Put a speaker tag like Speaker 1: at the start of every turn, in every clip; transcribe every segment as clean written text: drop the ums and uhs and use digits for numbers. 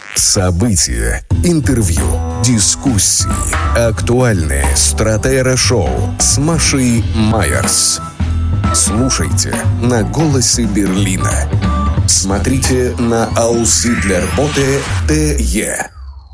Speaker 1: События, интервью, дискуссии, актуальные стратера-шоу с Машей Майерс. Слушайте на «Голосе Берлина». Смотрите на ausidlerbote.de.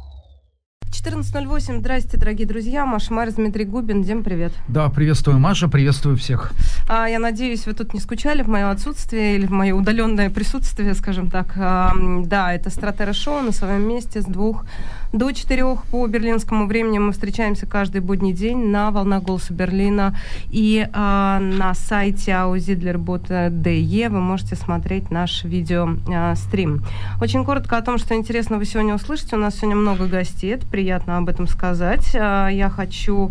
Speaker 2: 14:08. Здрасте, дорогие друзья. Маша Майерс, Дмитрий Губин. Дим, привет.
Speaker 3: Да, приветствую, Маша, приветствую всех.
Speaker 2: Я надеюсь, вы тут не скучали в мое отсутствие или в мое удаленное присутствие, скажем так. Да, это стратера-шоу на своем месте с 2 до 4 по берлинскому времени. Мы встречаемся каждый будний день на волнах «Голоса Берлина». И на сайте ausidlerbote.de вы можете смотреть наш видеострим. Очень коротко о том, что интересно вы сегодня услышите. У нас сегодня много гостей. Это приятно об этом сказать. Я хочу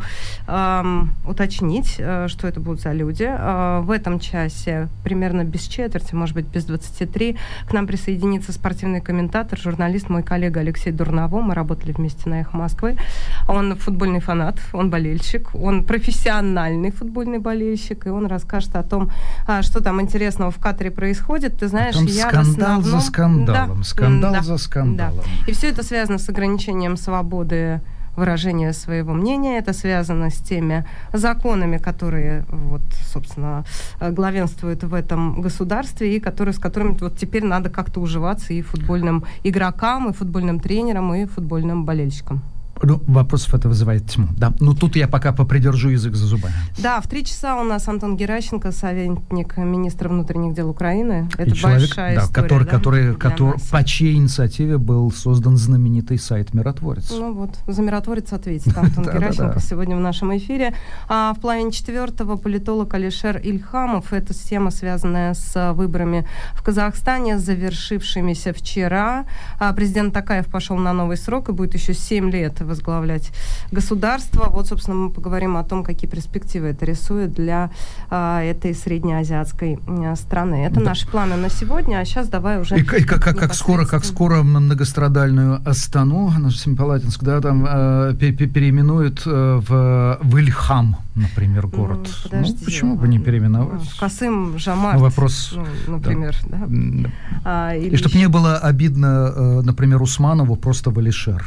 Speaker 2: уточнить, что это будут за люди. В этом часе, примерно без четверти, может быть, без 23, к нам присоединится спортивный комментатор, журналист, мой коллега Алексей Дурново. Мы работали вместе на «Эхо Москвы». Он футбольный фанат, он болельщик, он профессиональный футбольный болельщик, и он расскажет о том, что там интересного в Катаре происходит. Ты знаешь,
Speaker 3: там
Speaker 2: я
Speaker 3: скандал за скандалом,
Speaker 2: да,
Speaker 3: скандал за скандалом.
Speaker 2: Да. И все это связано с ограничением свободы выражения своего мнения. Это связано с теми законами, которые, вот, собственно, главенствуют в этом государстве, и с которыми вот теперь надо как-то уживаться и футбольным игрокам, и футбольным тренерам, и футбольным болельщикам.
Speaker 3: Ну, вопросов это вызывает тьму. Да. Ну, тут я пока попридержу язык за зубами.
Speaker 2: Да, в 3 часа у нас Антон Геращенко, советник министра внутренних дел Украины. Это
Speaker 3: и человек,
Speaker 2: большая история,
Speaker 3: который, по чьей инициативе был создан знаменитый сайт «Миротворец».
Speaker 2: Ну вот, за «Миротворец» ответит Антон Геращенко сегодня в нашем эфире. В половине 4 политолог Алишер Ильхамов. Это тема, связанная с выборами в Казахстане, завершившимися вчера. Президент Токаев пошел на новый срок и будет еще 7 лет возглавлять государство. Вот, собственно, мы поговорим о том, какие перспективы это рисует для этой среднеазиатской страны. Это наши планы на сегодня, а сейчас давай уже...
Speaker 3: И как скоро многострадальную Астану, наш Семипалатинск, да, там переименуют в Ильхам, например, город.
Speaker 2: Подожди,
Speaker 3: почему бы не переименовать?
Speaker 2: В Касым-Жомарт,
Speaker 3: вопрос,
Speaker 2: например. Да.
Speaker 3: И чтобы не было обидно, например, Усманову, просто в Алишер.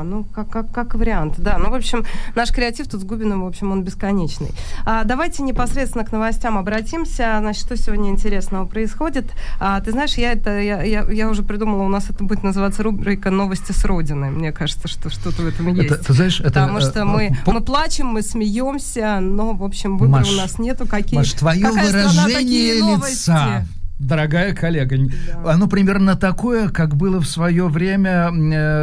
Speaker 2: Как вариант, да. Ну, в общем, наш креатив тут с Губиным, в общем, он бесконечный. Давайте непосредственно к новостям обратимся. Значит, что сегодня интересного происходит? Ты знаешь, я уже придумала, у нас это будет называться рубрика «Новости с Родины». Мне кажется, что что-то в этом есть.
Speaker 3: Ты знаешь,
Speaker 2: потому что мы плачем, мы смеемся, но, в общем, выбора у нас нету.
Speaker 3: Маш, твое выражение лица, дорогая коллега, да, оно примерно такое, как было в свое время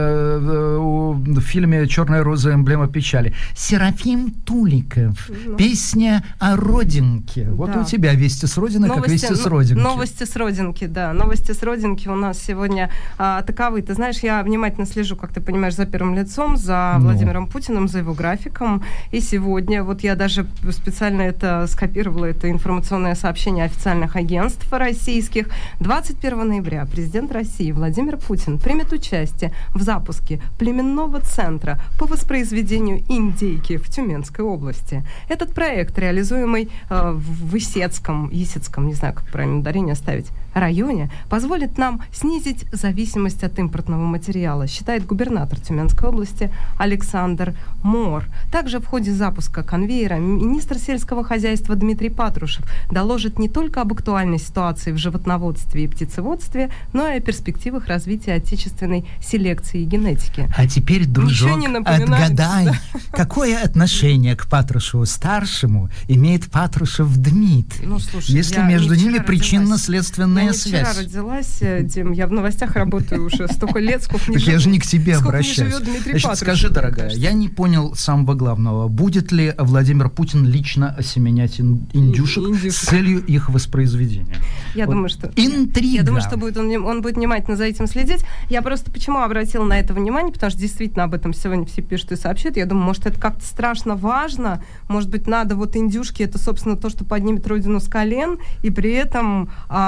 Speaker 3: в фильме «Черная роза. Эмблема печали». Серафим Туликов. Песня о родинке. Вот да. У тебя вести с родины, как вести с родинки.
Speaker 2: Новости с родинки, да. Новости с родинки у нас сегодня таковы. Ты знаешь, я внимательно слежу, как ты понимаешь, за первым лицом, за Владимиром Путиным, за его графиком. И сегодня, вот я даже специально скопировала это информационное сообщение официальных агентств российских. 21 ноября президент России Владимир Путин примет участие в запуске племенного центра по воспроизведению индейки в Тюменской области. Этот проект, реализуемый в Исетском, не знаю, как правильно ударение ставить, районе, позволит нам снизить зависимость от импортного материала, считает губернатор Тюменской области Александр Мор. Также в ходе запуска конвейера министр сельского хозяйства Дмитрий Патрушев доложит не только об актуальной ситуации в животноводстве и птицеводстве, но и о перспективах развития отечественной селекции и генетики.
Speaker 3: А теперь, дружок, отгадай, какое отношение к Патрушеву-старшему имеет Патрушев Дмитрий?
Speaker 2: Ну, слушай,
Speaker 3: если между ними причинно-следственная связь.
Speaker 2: Я вчера родилась, Дим, я в новостях работаю уже столько лет, сколько не живет.
Speaker 3: Я же не к тебе обращаюсь.
Speaker 2: Значит,
Speaker 3: скажи, дорогая, я не понял самого главного. Будет ли Владимир Путин лично осеменять индюшек с целью их воспроизведения?
Speaker 2: Я думаю, что...
Speaker 3: Интрига.
Speaker 2: Я думаю, что он будет внимательно за этим следить. Я просто почему обратила на это внимание, потому что действительно об этом сегодня все пишут и сообщают. Я думаю, может, это как-то страшно важно. Может быть, надо индюшки, это, собственно, то, что поднимет родину с колен. И при этом, я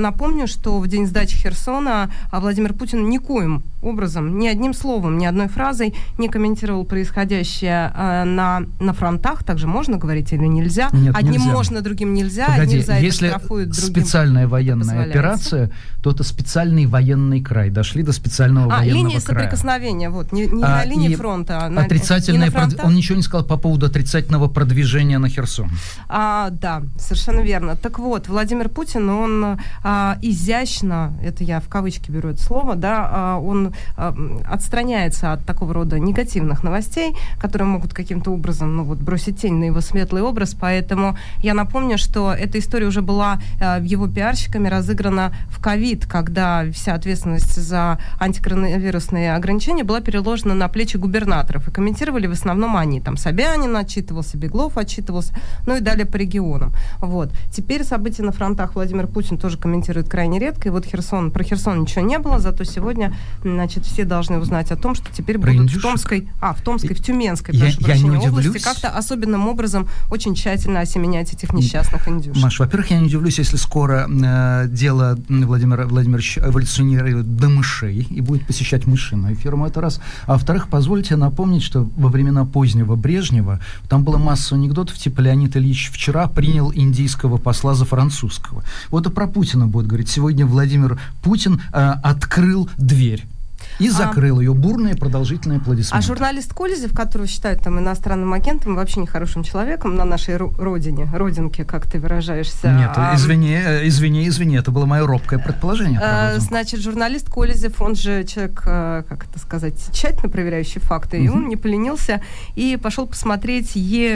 Speaker 2: напомню, что в день сдачи Херсона Владимир Путин никоим образом, ни одним словом, ни одной фразой не комментировал происходящее на фронтах. Также можно говорить или нельзя?
Speaker 3: Нет,
Speaker 2: одним
Speaker 3: нельзя.
Speaker 2: Можно, другим нельзя.
Speaker 3: Погоди,
Speaker 2: одним за это
Speaker 3: если
Speaker 2: штрафуют, другим
Speaker 3: специальная военная операция, то это специальный военный край. Дошли до специального военного
Speaker 2: линии
Speaker 3: края.
Speaker 2: Соприкосновения, вот, не на линии фронта, а
Speaker 3: отрицательное он ничего не сказал по поводу отрицательного продвижения на Херсон.
Speaker 2: Да, совершенно верно. Так вот, Владимир Путин, он изящно, это я в кавычки беру это слово, да, он отстраняется от такого рода негативных новостей, которые могут каким-то образом, бросить тень на его светлый образ, поэтому я напомню, что эта история уже была его пиарщиками разыграна в ковид, когда вся ответственность за антикоронавирусные ограничения была переложена на плечи губернаторов, и комментировали в основном они. Там Собянин отчитывался, Беглов отчитывался, и далее по регионам. Вот. Теперь события на фронтах Владимир Путин тоже комментирует крайне редко, и вот про Херсон ничего не было, зато сегодня, все должны узнать о том, что теперь будут в Томской, в Тюменской, прошу прощения, области как-то особенным образом очень тщательно осеменять этих несчастных индюшек.
Speaker 3: Маш, во-первых, я не удивлюсь, если скоро дело Владимира Владимировича эволюционирует до мышей и будет посещать мышиную ферму, это раз. А во-вторых, позвольте напомнить, что во времена позднего Брежнева там была масса анекдотов, типа Леонид Ильич вчера принял индийского посла за французского. Вот и про Путина будет говорить. Сегодня Владимир Путин открыл дверь и закрыл ее. Бурные продолжительные аплодисменты.
Speaker 2: А журналист Колезев, которого считают там иностранным агентом, вообще нехорошим человеком на нашей родинке, как ты выражаешься.
Speaker 3: Нет, извини, это было мое робкое предположение.
Speaker 2: Значит, журналист Колезев, он же человек, тщательно проверяющий факты, и он не поленился и пошел посмотреть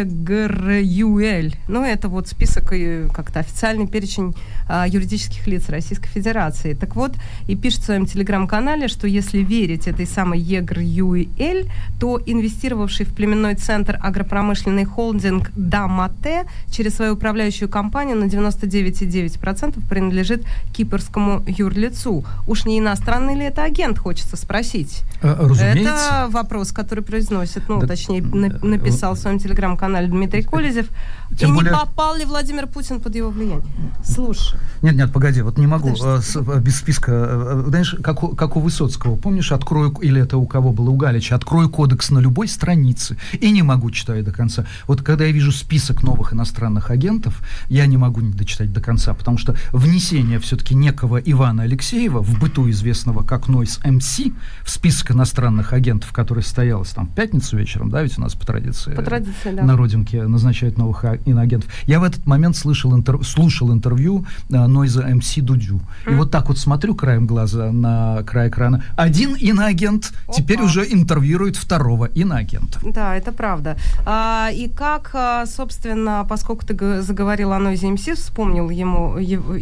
Speaker 2: ЕГРЮЛ. Это вот список, как-то официальный перечень юридических лиц Российской Федерации. Так вот, и пишет в своем телеграм-канале, что если верить этой самой ЕГРЮЛ, то инвестировавший в племенной центр агропромышленный холдинг Дамате через свою управляющую компанию на 99,9% принадлежит кипрскому юрлицу. Уж не иностранный ли это агент, хочется спросить.
Speaker 3: Разумеется.
Speaker 2: Это вопрос, который произносит, написал в своем телеграм-канале Дмитрий Колезев. И не попал ли Владимир Путин под его влияние? Слушай.
Speaker 3: Нет, погоди, вот не могу без списка. Знаешь, как у Высоцкого, помнишь, открою, или это у кого было, у Галича, открою кодекс на любой странице и не могу читать до конца. Вот когда я вижу список новых иностранных агентов, я не могу не дочитать до конца, потому что внесение все-таки некого Ивана Алексеева, в быту известного как Noise MC, в список иностранных агентов, который состоялось там в пятницу вечером, да, ведь у нас по традиции
Speaker 2: да.
Speaker 3: На родинке назначают новых иноагентов. Я в этот момент слушал интервью Noise MC Дудю. И вот так вот смотрю краем глаза на край экрана. Один иноагент теперь уже интервьюирует второго иноагента.
Speaker 2: Да, это правда. И как, собственно, поскольку ты заговорил о Noise MC, вспомнил его,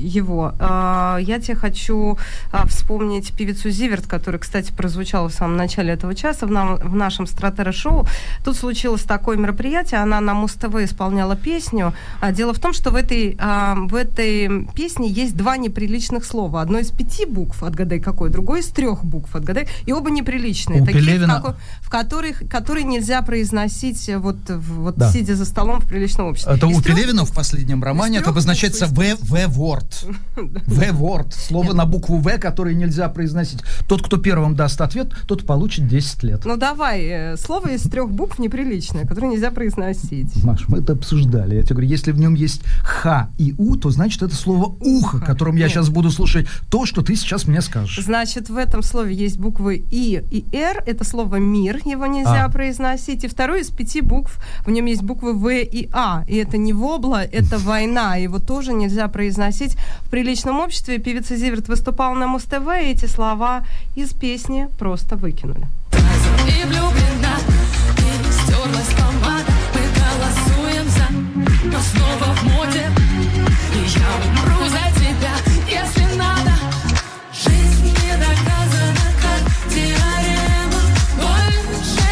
Speaker 2: я тебе хочу вспомнить певицу Зиверт, которая, кстати, прозвучала в самом начале этого часа в нашем Стратера-шоу. Тут случилось такое мероприятие, она на Муз-ТВ исполняла песню. Дело в том, что в этой песне есть два неприличных слова. Одно из 5 букв, отгадай какое, другое из 3 букв, отгадай, и оба неприличные. Такие, Пелевина... которые нельзя произносить сидя за столом в приличном обществе.
Speaker 3: Это у Пелевина в последнем романе это обозначается В-ворд. В-ворд. Слово на букву В, которое нельзя произносить. Тот, кто первым даст ответ, тот получит 10 лет.
Speaker 2: Давай, слово из 3 букв неприличное, которое нельзя произносить.
Speaker 3: Маш, мы это обсуждали. Я тебе говорю, если в нем есть Х и У, то значит это слово ухо, которым я сейчас буду слушать то, что ты сейчас мне скажешь.
Speaker 2: Значит, в этом слове есть буквы И и Р. Это слово мир, его нельзя произносить. И второе из 5 букв, в нем есть буквы В и А. И это не вобла, это война. Его тоже нельзя произносить в приличном обществе. Певица Зиверт выступала на Муз-ТВ, и эти слова из песни просто выкинули.
Speaker 4: И влюблена, и стерлась помада. Мы голосуем за, но снова в моде. И я умру за тебя, если надо. Жизнь не доказана, как теорема. Больше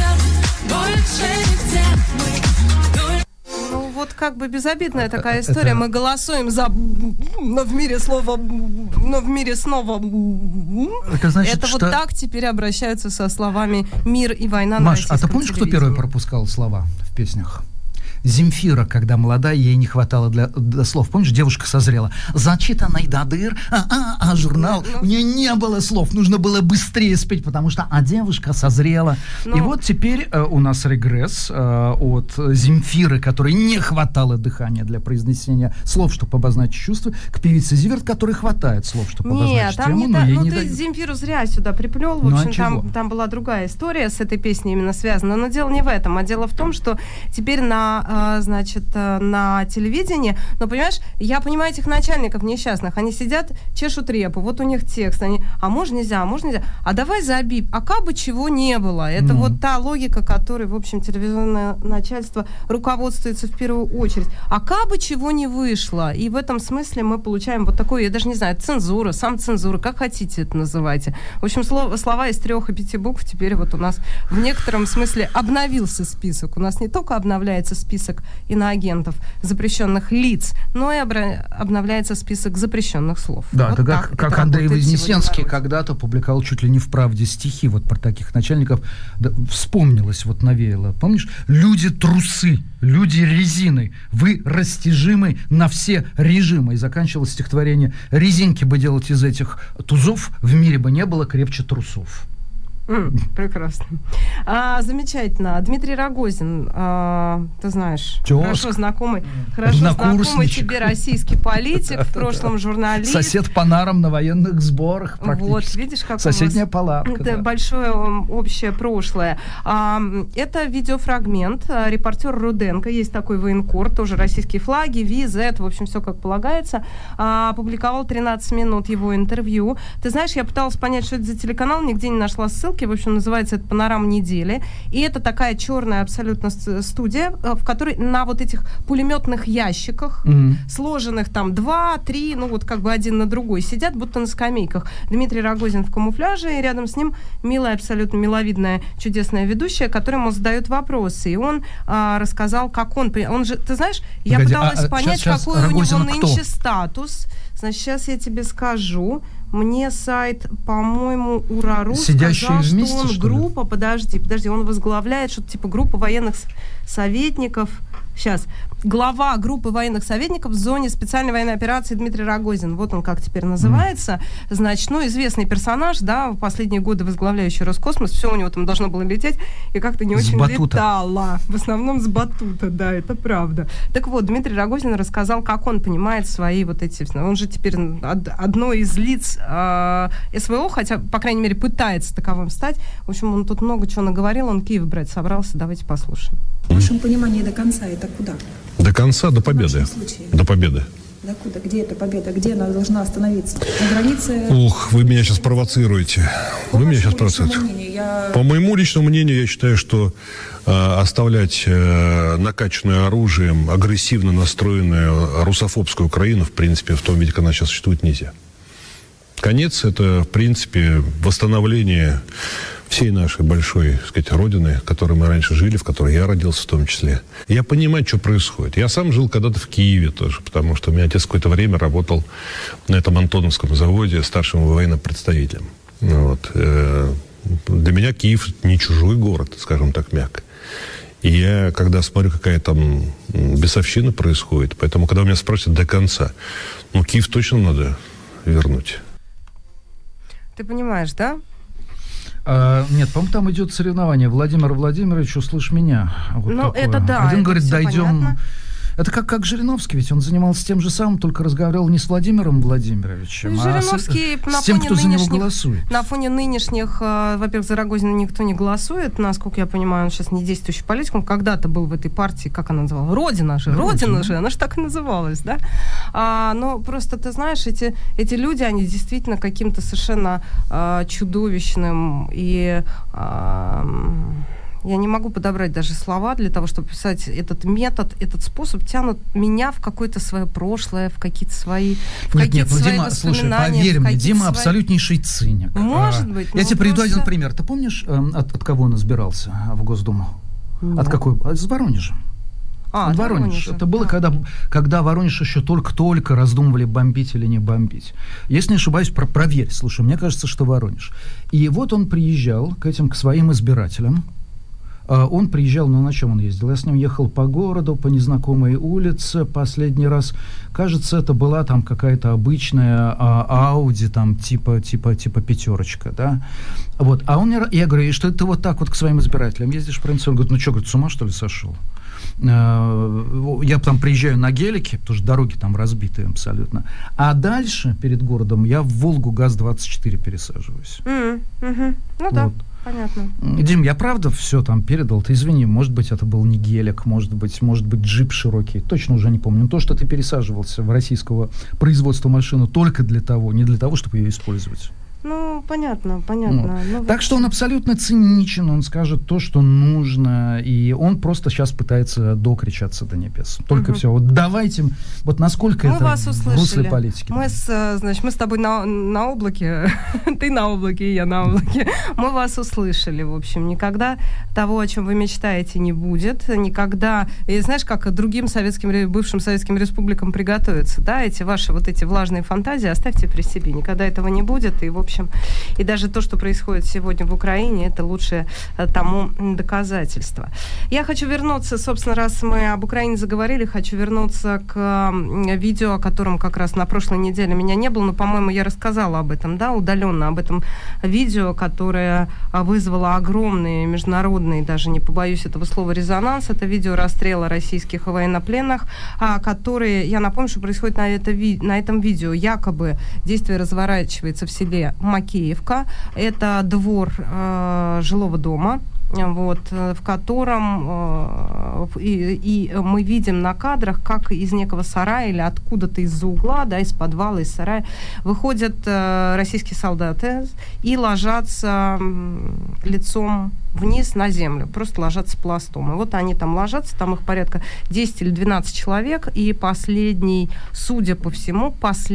Speaker 4: нигде мы.
Speaker 2: Вот как бы безобидная такая история. Мы голосуем за, но в мире снова. Это значит, вот так теперь обращаются со словами мир и война.
Speaker 3: Маш, а ты помнишь, кто первый пропускал слова в песнях? Земфира, когда молодая, ей не хватало для слов. Помнишь, девушка созрела. Зачитанный до дыр, журнал. У нее не было слов, нужно было быстрее спеть, потому что девушка созрела. И вот теперь у нас регресс от Земфиры, которой не хватало дыхания для произнесения слов, чтобы обозначить чувства, к певице Зиверт, которой хватает слов, чтобы обозначить тему, но ей не дают.
Speaker 2: Ты Земфиру зря сюда приплел. В общем, там была другая история с этой песней именно связана. Но дело не в этом, а дело в том, что теперь на телевидении, понимаешь, я понимаю этих начальников несчастных, они сидят, чешут репу, вот у них текст, они, можно нельзя, а давай забей, кабы чего не было. Это вот та логика, которой, в общем, телевизионное начальство руководствуется в первую очередь. Кабы чего не вышло. И в этом смысле мы получаем вот такую, я даже не знаю, цензура, самоцензура, как хотите это называйте. В общем, слова из 3 и 5 букв теперь вот у нас в некотором смысле обновился список. У нас не только обновляется список иноагентов, запрещенных лиц, но и обновляется список запрещенных слов.
Speaker 3: Да, вот это как Андрей Вознесенский когда-то публиковал чуть ли не в «Правде» стихи вот про таких начальников. Да, вспомнилось, вот навеяло. Помнишь? Люди трусы, люди резины, вы растяжимы на все режимы. И заканчивалось стихотворение: резинки бы делать из этих тузов, в мире бы не было крепче трусов.
Speaker 2: Прекрасно. Замечательно. Дмитрий Рогозин, ты знаешь, хорошо знакомый тебе российский политик, в прошлом журналист.
Speaker 3: Сосед по нарам на военных сборах практически.
Speaker 2: Вот, видишь, как
Speaker 3: соседняя палатка.
Speaker 2: Это большое общее прошлое. Это видеофрагмент. Репортер Руденко, есть такой военкор, тоже российские флаги, визы, это, в общем, все как полагается. Опубликовал 13 минут его интервью. Ты знаешь, я пыталась понять, что это за телеканал, нигде не нашла ссылки. В общем, называется это «Панорама недели». И это такая черная абсолютно студия, в которой на вот этих пулеметных ящиках, сложенных там 2-3, вот как бы один на другой, сидят будто на скамейках. Дмитрий Рогозин в камуфляже, и рядом с ним милая, абсолютно миловидная, чудесная ведущая, которая ему задает вопросы. И он рассказал, как он же, ты знаешь, я пыталась понять, какой Рогозин у него нынче статус. Значит, сейчас я тебе скажу. Мне сайт, по-моему, УРАРУ сказал, что он группа, подожди, он возглавляет что-то типа группа военных советников. Сейчас. Глава группы военных советников в зоне специальной военной операции Дмитрий Рогозин. Вот он как теперь называется. Значит, известный персонаж, да, в последние годы возглавляющий Роскосмос. Все у него там должно было лететь, и как-то не очень летало. В основном с батута, да, это правда. Так вот, Дмитрий Рогозин рассказал, как он понимает свои вот эти... Он же теперь одно из лиц СВО, хотя, по крайней мере, пытается таковым стать. В общем, он тут много чего наговорил, он Киев брать собрался. Давайте послушаем.
Speaker 5: В вашем понимании до конца это куда?
Speaker 6: До конца, до победы. До победы.
Speaker 5: До куда? Где эта победа? Где она должна остановиться? На границе?
Speaker 6: Ух, вы меня сейчас провоцируете. По моему личному мнению, я считаю, что оставлять накачанную оружием, агрессивно настроенную русофобскую Украину, в принципе, в том виде, как она сейчас существует, нельзя. Конец – это, в принципе, восстановление всей нашей большой, так сказать, родины, в которой мы раньше жили, в которой я родился в том числе. Я понимаю, что происходит. Я сам жил когда-то в Киеве тоже, потому что у меня отец какое-то время работал на этом Антоновском заводе старшим военным представителем. Вот. Для меня Киев не чужой город, скажем так, мягко. И я, когда смотрю, какая там бесовщина происходит, поэтому, когда у меня спрашивают до конца, Киев точно надо вернуть.
Speaker 2: Ты понимаешь, да?
Speaker 3: Нет, по-моему, там идет соревнование. Владимир Владимирович, услышь меня. Вот
Speaker 2: это да.
Speaker 3: Один говорит, дойдем...
Speaker 2: Понятно.
Speaker 3: Это как Жириновский, ведь он занимался тем же самым, только разговаривал не с Владимиром Владимировичем,
Speaker 2: Жириновский
Speaker 3: с тем, кто за него голосует.
Speaker 2: На фоне нынешних, во-первых, за Рогозина никто не голосует, насколько я понимаю, он сейчас не действующий политик, он когда-то был в этой партии, как она называлась? Родина же, она же так и называлась, да? Но просто, ты знаешь, эти люди, они действительно каким-то совершенно чудовищным и... Я не могу подобрать даже слова для того, чтобы писать этот метод, этот способ тянут меня в какое-то свое прошлое, в какие-то свои
Speaker 3: Дима, слушай, поверь мне, Дима абсолютнейший циник.
Speaker 2: Может быть.
Speaker 3: Я тебе приведу один пример. Ты помнишь, от кого он избирался в Госдуму? Нет. От какой? Из Воронежа. Воронеж. Это было, когда Воронеж еще только-только раздумывали, бомбить или не бомбить. Если не ошибаюсь, проверь. Слушай, мне кажется, что Воронеж. И вот он приезжал к своим избирателям, Он приезжал, на чем он ездил? Я с ним ехал по городу, по незнакомой улице последний раз. Кажется, это была там какая-то обычная Ауди, там типа пятерочка, да. Вот. А он мне, я говорю, и что ты вот так вот к своим избирателям ездишь в провинцию? Он говорит, ну что, говорит, с ума что ли сошел? Я там приезжаю на гелике, потому что дороги там разбитые абсолютно. А дальше, перед городом, я в Волгу ГАЗ-24 пересаживаюсь.
Speaker 2: Ну да. Понятно.
Speaker 3: Дим, я правда все там передал? Ты извини, может быть, это был не гелик, может быть, джип широкий. Точно уже не помню. Но то, что ты пересаживался в российского производства машину только для того, не для того, чтобы ее использовать.
Speaker 2: Ну, понятно.
Speaker 3: Ну, так что он абсолютно циничен, он скажет то, что нужно, и он просто сейчас пытается докричаться до небес. Только все. Вот давайте, вот насколько
Speaker 2: мы
Speaker 3: это
Speaker 2: вас услышали.
Speaker 3: В русле политики.
Speaker 2: Мы с тобой на облаке, ты на облаке, и я на облаке. Мы вас услышали, в общем. Никогда того, о чем вы мечтаете, не будет. Никогда, и знаешь, как другим бывшим советским республикам приготовиться, да, эти ваши вот эти влажные фантазии оставьте при себе. Никогда этого не будет, и, в общем, и даже то, что происходит сегодня в Украине, это лучшее тому доказательство. Я хочу вернуться, собственно, раз мы об Украине заговорили, хочу вернуться к видео, о котором как раз на прошлой неделе меня не было, но, по-моему, я рассказала об этом, да, удаленно, об этом видео, которое вызвало огромный международный, даже не побоюсь этого слова, резонанс. Это видео расстрела российских военнопленных, которые, я напомню, что происходит на этом видео. Якобы действие разворачивается в селе Макеевка. Это двор жилого дома, вот, в котором и мы видим на кадрах, как из некого сарая или откуда-то из-за угла, да, из подвала, из сарая выходят российские солдаты и ложатся лицом вниз на землю, просто ложатся пластом. И вот они там ложатся, там их порядка 10 или 12 человек, и последний, судя по всему,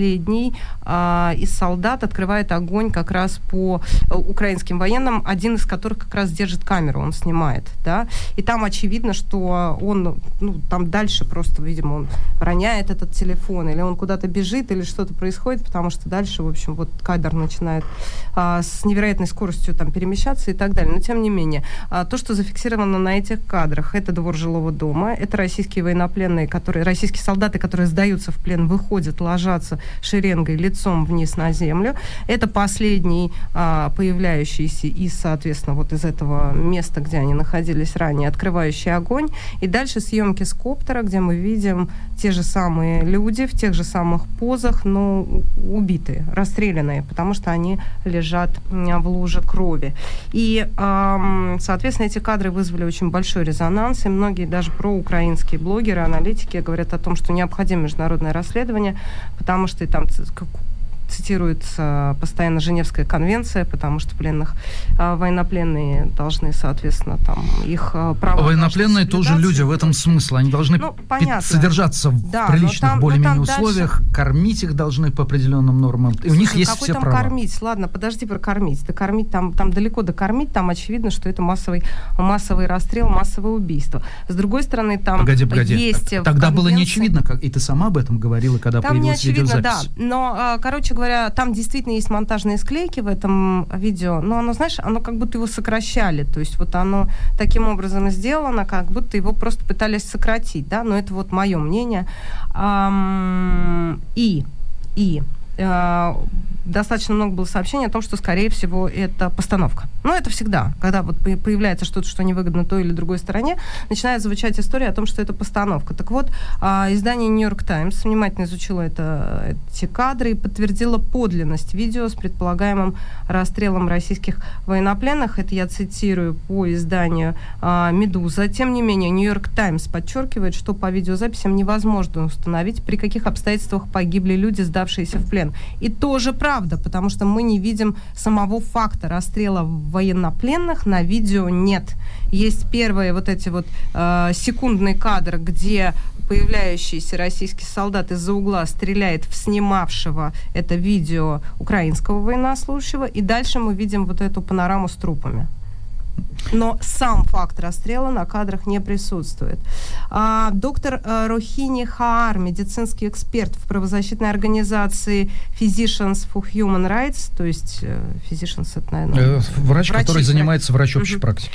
Speaker 2: из солдат открывает огонь как раз по украинским военным, один из которых как раз держит камеру, он снимает, да, и там очевидно, что он, там дальше просто, видимо, он роняет этот телефон, или он куда-то бежит, или что-то происходит, потому что дальше, в общем, вот кадр начинает с невероятной скоростью там перемещаться и так далее, но тем не менее, то, что зафиксировано на этих кадрах, это двор жилого дома, это российские военнопленные, российские солдаты, которые сдаются в плен, выходят, ложатся шеренгой лицом вниз на землю. Это последний появляющийся соответственно, вот из этого места, где они находились ранее, открывающий огонь. И дальше съемки с коптера, где мы видим те же самые люди в тех же самых позах, но убитые, расстрелянные, потому что они лежат в луже крови. И соответственно, эти кадры вызвали очень большой резонанс, и многие даже проукраинские блогеры, аналитики говорят о том, что необходимо международное расследование, потому что и там цитируется постоянно Женевская конвенция, потому что военнопленные должны, соответственно, там их права...
Speaker 3: Военнопленные тоже люди, в этом смысл. Они должны содержаться в приличных более-менее условиях, дальше... кормить их должны по определенным нормам. И у них есть все права.
Speaker 2: Кормить? Ладно, подожди про кормить. Докормить там далеко докормить, там очевидно, что это массовый расстрел, массовое убийство. С другой стороны, там
Speaker 3: погоди.
Speaker 2: есть...
Speaker 3: Тогда было не очевидно, и ты сама об этом говорила, когда
Speaker 2: там
Speaker 3: появилась видеозапись.
Speaker 2: Да, но, короче говоря, там действительно есть монтажные склейки в этом видео, но оно, знаешь, оно как будто его сокращали, то есть вот оно таким образом сделано, как будто его просто пытались сократить, да, но это вот мое мнение. Достаточно много было сообщений о том, что, скорее всего, это постановка. Но это всегда, когда вот появляется что-то, что невыгодно той или другой стороне, начинает звучать история о том, что это постановка. Так вот, издание New York Times внимательно изучило эти кадры и подтвердило подлинность видео с предполагаемым расстрелом российских военнопленных. Это я цитирую по изданию «Медуза». Тем не менее, New York Times подчеркивает, что по видеозаписям невозможно установить, при каких обстоятельствах погибли люди, сдавшиеся в плен. И тоже правда, потому что мы не видим самого факта расстрела военнопленных, на видео нет. Есть первые вот эти вот секундные кадры, где появляющийся российский солдат из-за угла стреляет в снимавшего это видео украинского военнослужащего, и дальше мы видим вот эту панораму с трупами. Но сам факт расстрела на кадрах не присутствует. Доктор Рохини Хаар, медицинский эксперт в правозащитной организации Physicians for Human Rights, то есть Physicians, это, наверное...
Speaker 3: Врач, который занимается врач общей практики.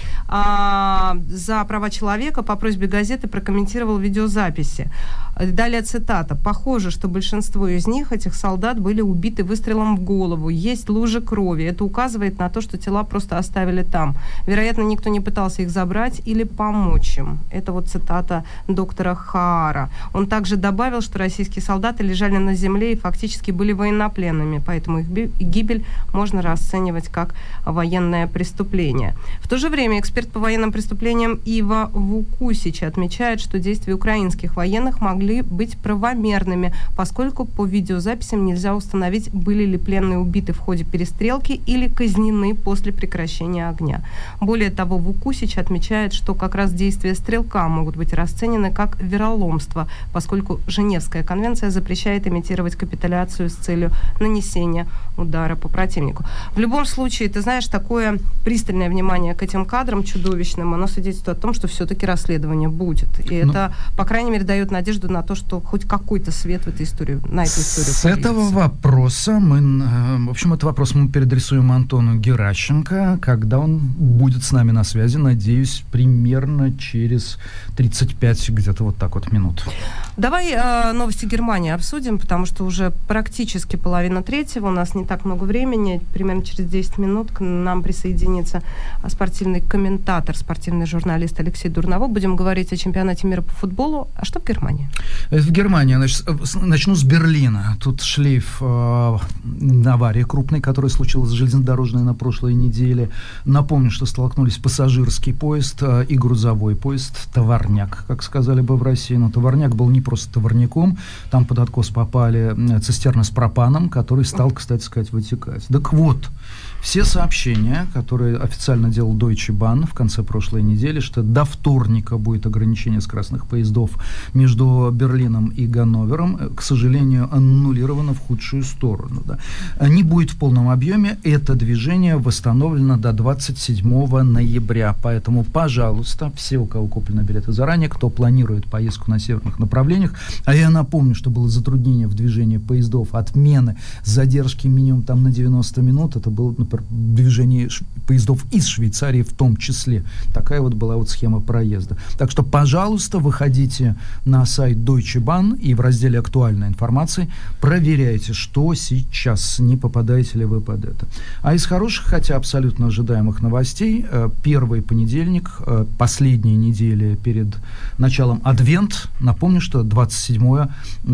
Speaker 2: За права человека по просьбе газеты прокомментировал видеозаписи. Далее цитата. «Похоже, что большинство из них, этих солдат, были убиты выстрелом в голову. Есть лужи крови. Это указывает на то, что тела просто оставили там. Вероятно, никто не пытался их забрать или помочь им». Это вот цитата доктора Хаара. Он также добавил, что российские солдаты лежали на земле и фактически были военнопленными, поэтому их гибель можно расценивать как военное преступление. В то же время эксперт по военным преступлениям Ива Вукусич отмечает, что действия украинских военных могли быть правомерными, поскольку по видеозаписям нельзя установить, были ли пленные убиты в ходе перестрелки или казнены после прекращения огня. Более того, Вукусич отмечает, что как раз действия стрелка могут быть расценены как вероломство, поскольку Женевская конвенция запрещает имитировать капитуляцию с целью нанесения удара по противнику. В любом случае, ты знаешь, такое пристальное внимание к этим кадрам чудовищным, оно свидетельствует о том, что все-таки расследование будет. И это, по крайней мере, дает надежду на то, что хоть какой-то свет в этой истории, на эту историю
Speaker 3: с появится. Этого вопроса мы, в общем, этот вопрос мы переадресуем Антону Геращенко, когда он будет с нами на связи, надеюсь, примерно через 35 где-то вот так вот минут.
Speaker 2: Давай новости Германии обсудим, потому что уже практически 2:30, у нас не так много времени, примерно через 10 минут к нам присоединится спортивный комментатор, спортивный журналист Алексей Дурново. Будем говорить о чемпионате мира по футболу. А что в Германии?
Speaker 3: В Германии, начну с Берлина. Тут шлейф аварии крупной, которая случилась железнодорожной на прошлой неделе. Напомню, что столкнулись пассажирский поезд и грузовой поезд, товарняк, как сказали бы в России. Но товарняк был не просто товарняком, там под откос попали цистерны с пропаном, который стал, кстати сказать, вытекать. Так вот, все сообщения, которые официально делал Deutsche Bahn в конце прошлой недели, что до вторника будет ограничение скоростных поездов между Берлином и Ганновером, к сожалению, аннулировано в худшую сторону. Да. Не будет в полном объеме. Это движение восстановлено до 27 ноября. Поэтому, пожалуйста, все, у кого куплены билеты заранее, кто планирует поездку на северных направлениях, а я напомню, что было затруднение в движении поездов, отмены, задержки минимум там на 90 минут, это было, например, движение поездов из Швейцарии в том числе. Такая вот была вот схема проезда. Так что, пожалуйста, выходите на сайт Deutsche Bahn и в разделе «Актуальная информация» проверяйте, что сейчас, не попадаете ли вы под это. А из хороших, хотя абсолютно ожидаемых новостей, первый понедельник, последней недели перед началом Адвент. Напомню, что 27-е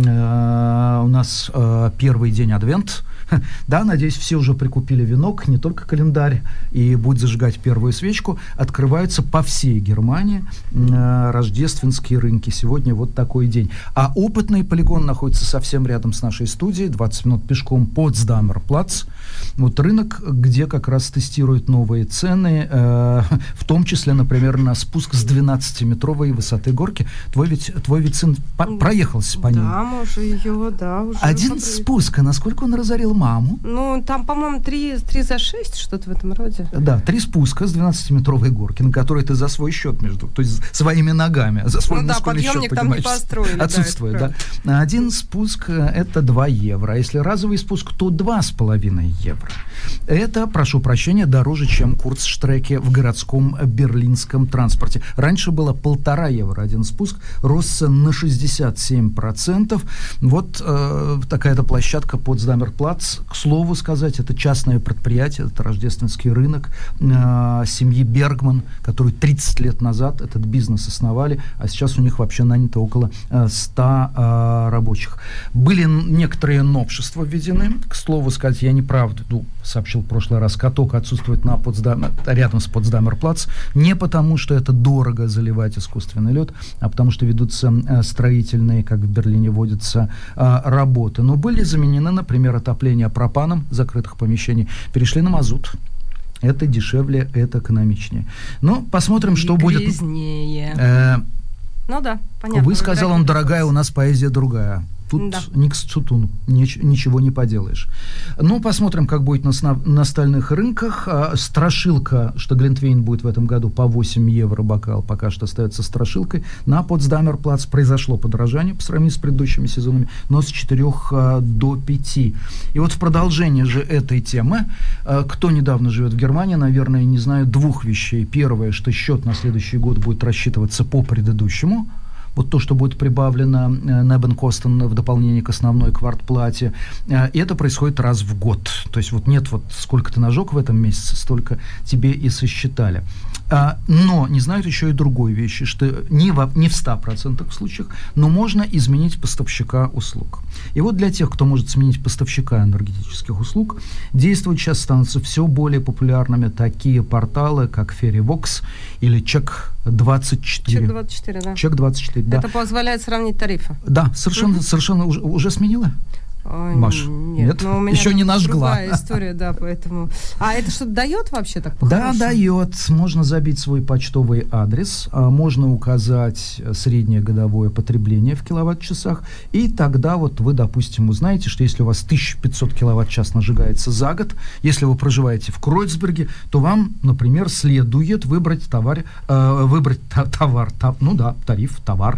Speaker 3: у нас первый день Адвент. Да, надеюсь, все уже прикупили венок, не только календарь, и будет зажигать первую свечку. Открываются по всей Германии рождественские рынки. Сегодня вот такой день. А опытный полигон находится совсем рядом с нашей студией, 20 минут пешком, Потсдамер-плац. Вот рынок, где как раз тестируют новые цены, в том числе, например, на спуск с 12-метровой высоты горки. Твой ведь сын проехался по ней.
Speaker 2: Да, мы уже ее, уже.
Speaker 3: Один спуск, а насколько он разорил маму?
Speaker 2: Ну, там, по-моему, 3 за 6, что-то в этом роде.
Speaker 3: Да, 3 спуска с 12-метровой горки, на которой ты за свой счет то есть своими ногами, за свой мускульный счет,
Speaker 2: подъемник там не построили.
Speaker 3: Отсутствует, да. Один спуск — это 2 евро, а если разовый спуск, то 2,5 евро. Это, прошу прощения, дороже, чем курсштреки в городском берлинском транспорте. Раньше было 1,5 евро один спуск, рос на 67%. Вот такая-то площадка Потсдамер-плац. К слову сказать, это частное предприятие, это рождественский рынок семьи Бергман, которые 30 лет назад этот бизнес основали, а сейчас у них вообще нанято около 100 рабочих. Были некоторые новшества введены. К слову сказать, я неправду сообщил в прошлый раз, каток отсутствует рядом с Потсдамер-плац, не потому, что это дорого заливать искусственный лед, а потому, что ведутся строительные, как в Берлине водятся, работы. Но были заменены, например, отопление пропаном закрытых помещений, перешли на мазут. Это дешевле, это экономичнее. Но посмотрим, что будет.
Speaker 2: Ну да, понятно.
Speaker 3: Вы сказал, он дорогая, у нас поэзия другая. Тут ничего не поделаешь. Ну, посмотрим, как будет на остальных рынках. Страшилка, что Глинтвейн будет в этом году по 8 евро бокал, пока что остается страшилкой. На Потсдамерплац произошло подорожание по сравнению с предыдущими сезонами, но с 4 до 5. И вот в продолжение же этой темы, кто недавно живет в Германии, наверное, не знает двух вещей. Первое, что счет на следующий год будет рассчитываться по предыдущему. Вот то, что будет прибавлено Небенкостен в дополнение к основной квартплате. И это происходит раз в год. То есть вот нет вот сколько ты нажег в этом месяце, столько тебе и сосчитали. Но не знают еще и другой вещи, что не в 100% случаях, но можно изменить поставщика услуг. И вот для тех, кто может сменить поставщика энергетических услуг, действовать сейчас становятся все более популярными такие порталы, как Verivox или Чек24.
Speaker 2: Чек24, да.
Speaker 3: Чек24, да.
Speaker 2: Это позволяет сравнить тарифы.
Speaker 3: Да, совершенно уже сменила? Маш, нет?
Speaker 2: Но у меня
Speaker 3: еще не нажгла.
Speaker 2: Другая история, да, поэтому... А это что-то дает вообще так
Speaker 3: по-хорошему? Да, дает. Можно забить свой почтовый адрес, можно указать среднее годовое потребление в киловатт-часах, и тогда вот вы, допустим, узнаете, что если у вас 1500 киловатт-час нажигается за год, если вы проживаете в Кройцберге, то вам, например, следует выбрать тариф,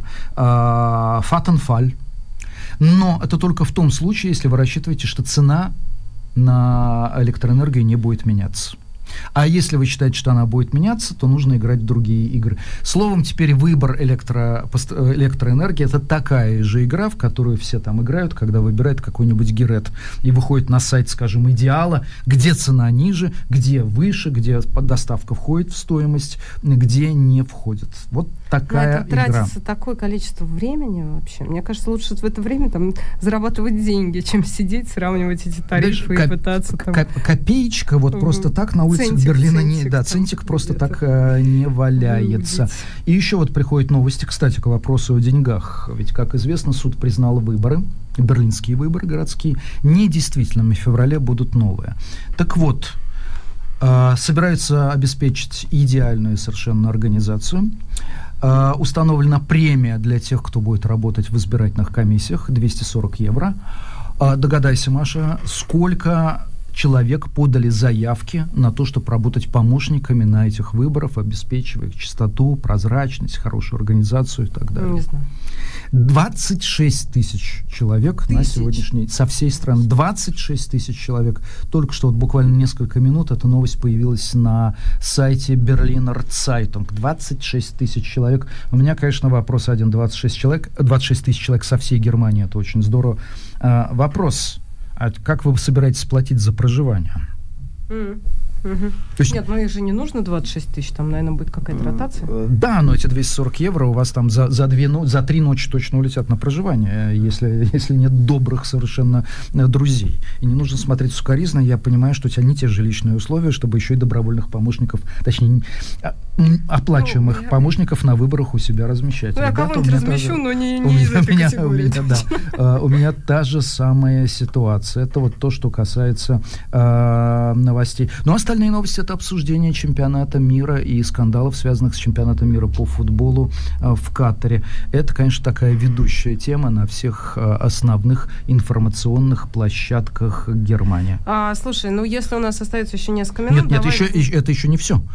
Speaker 3: Vattenfall. Но это только в том случае, если вы рассчитываете, что цена на электроэнергию не будет меняться. А если вы считаете, что она будет меняться, то нужно играть в другие игры. Словом, теперь выбор электроэнергии – это такая же игра, в которую все там играют, когда выбирают какой-нибудь гирет и выходит на сайт, скажем, Идеала, где цена ниже, где выше, где доставка входит в стоимость, где не входит. Вот такая игра.
Speaker 2: Тратится такое количество времени вообще. Мне кажется, лучше в это время там зарабатывать деньги, чем сидеть, сравнивать эти тарифы и пытаться там...
Speaker 3: Копеечка вот просто так на улице Берлина центик просто так не валяется. Любить. И еще вот приходят новости, кстати, к вопросу о деньгах. Ведь, как известно, суд признал выборы, берлинские выборы городские, недействительными. В феврале будут новые. Так вот, собираются обеспечить идеальную совершенно организацию. Установлена премия для тех, кто будет работать в избирательных комиссиях, 240 евро. Догадайся, Маша, сколько человек подали заявки на то, чтобы работать помощниками на этих выборах, обеспечивая их чистоту, прозрачность, хорошую организацию и так далее.
Speaker 2: Не знаю.
Speaker 3: 26 тысяч человек на сегодняшний день со всей страны. 26 тысяч человек. Только что вот буквально несколько минут эта новость появилась на сайте Berliner Zeitung. 26 тысяч человек. У меня, конечно, вопрос один. 26 тысяч человек со всей Германии. Это очень здорово. Вопрос. А как вы собираетесь платить за проживание?
Speaker 2: То есть, нет, но их же не нужно 26 тысяч, там, наверное, будет какая-то ротация.
Speaker 3: Да, но эти 240 евро у вас там за 3 ночи точно улетят на проживание, если нет добрых совершенно друзей. И не нужно смотреть сукоризно, я понимаю, что у тебя не те жилищные условия, чтобы еще и добровольных помощников, точнее, оплачиваемых помощников на выборах у себя размещать.
Speaker 2: Ну, я кого-нибудь размещу, но не из этой категории.
Speaker 3: У меня та же самая ситуация. Это вот то, что касается новостей. Но остальные новости — это обсуждение чемпионата мира и скандалов, связанных с чемпионатом мира по футболу в Катаре. Это, конечно, такая ведущая тема на всех основных информационных площадках Германии.
Speaker 2: Слушай, ну если у нас остается еще несколько минут...
Speaker 3: Нет, это еще не все.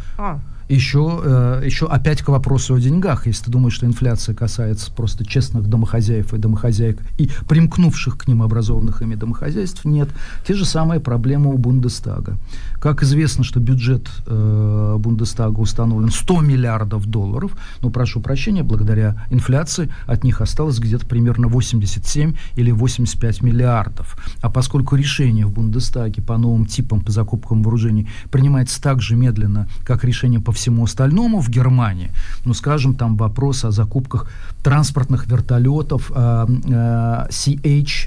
Speaker 3: Еще опять к вопросу о деньгах. Если ты думаешь, что инфляция касается просто честных домохозяев и домохозяек и примкнувших к ним образованных ими домохозяйств, нет. Те же самые проблемы у Бундестага. Как известно, что бюджет Бундестага установлен $100 миллиардов, но, прошу прощения, благодаря инфляции от них осталось где-то примерно 87 или 85 миллиардов. А поскольку решение в Бундестаге по новым типам по закупкам вооружений принимается так же медленно, как решение по всему остальному в Германии, ну, скажем, там вопрос о закупках транспортных вертолетов CH-130,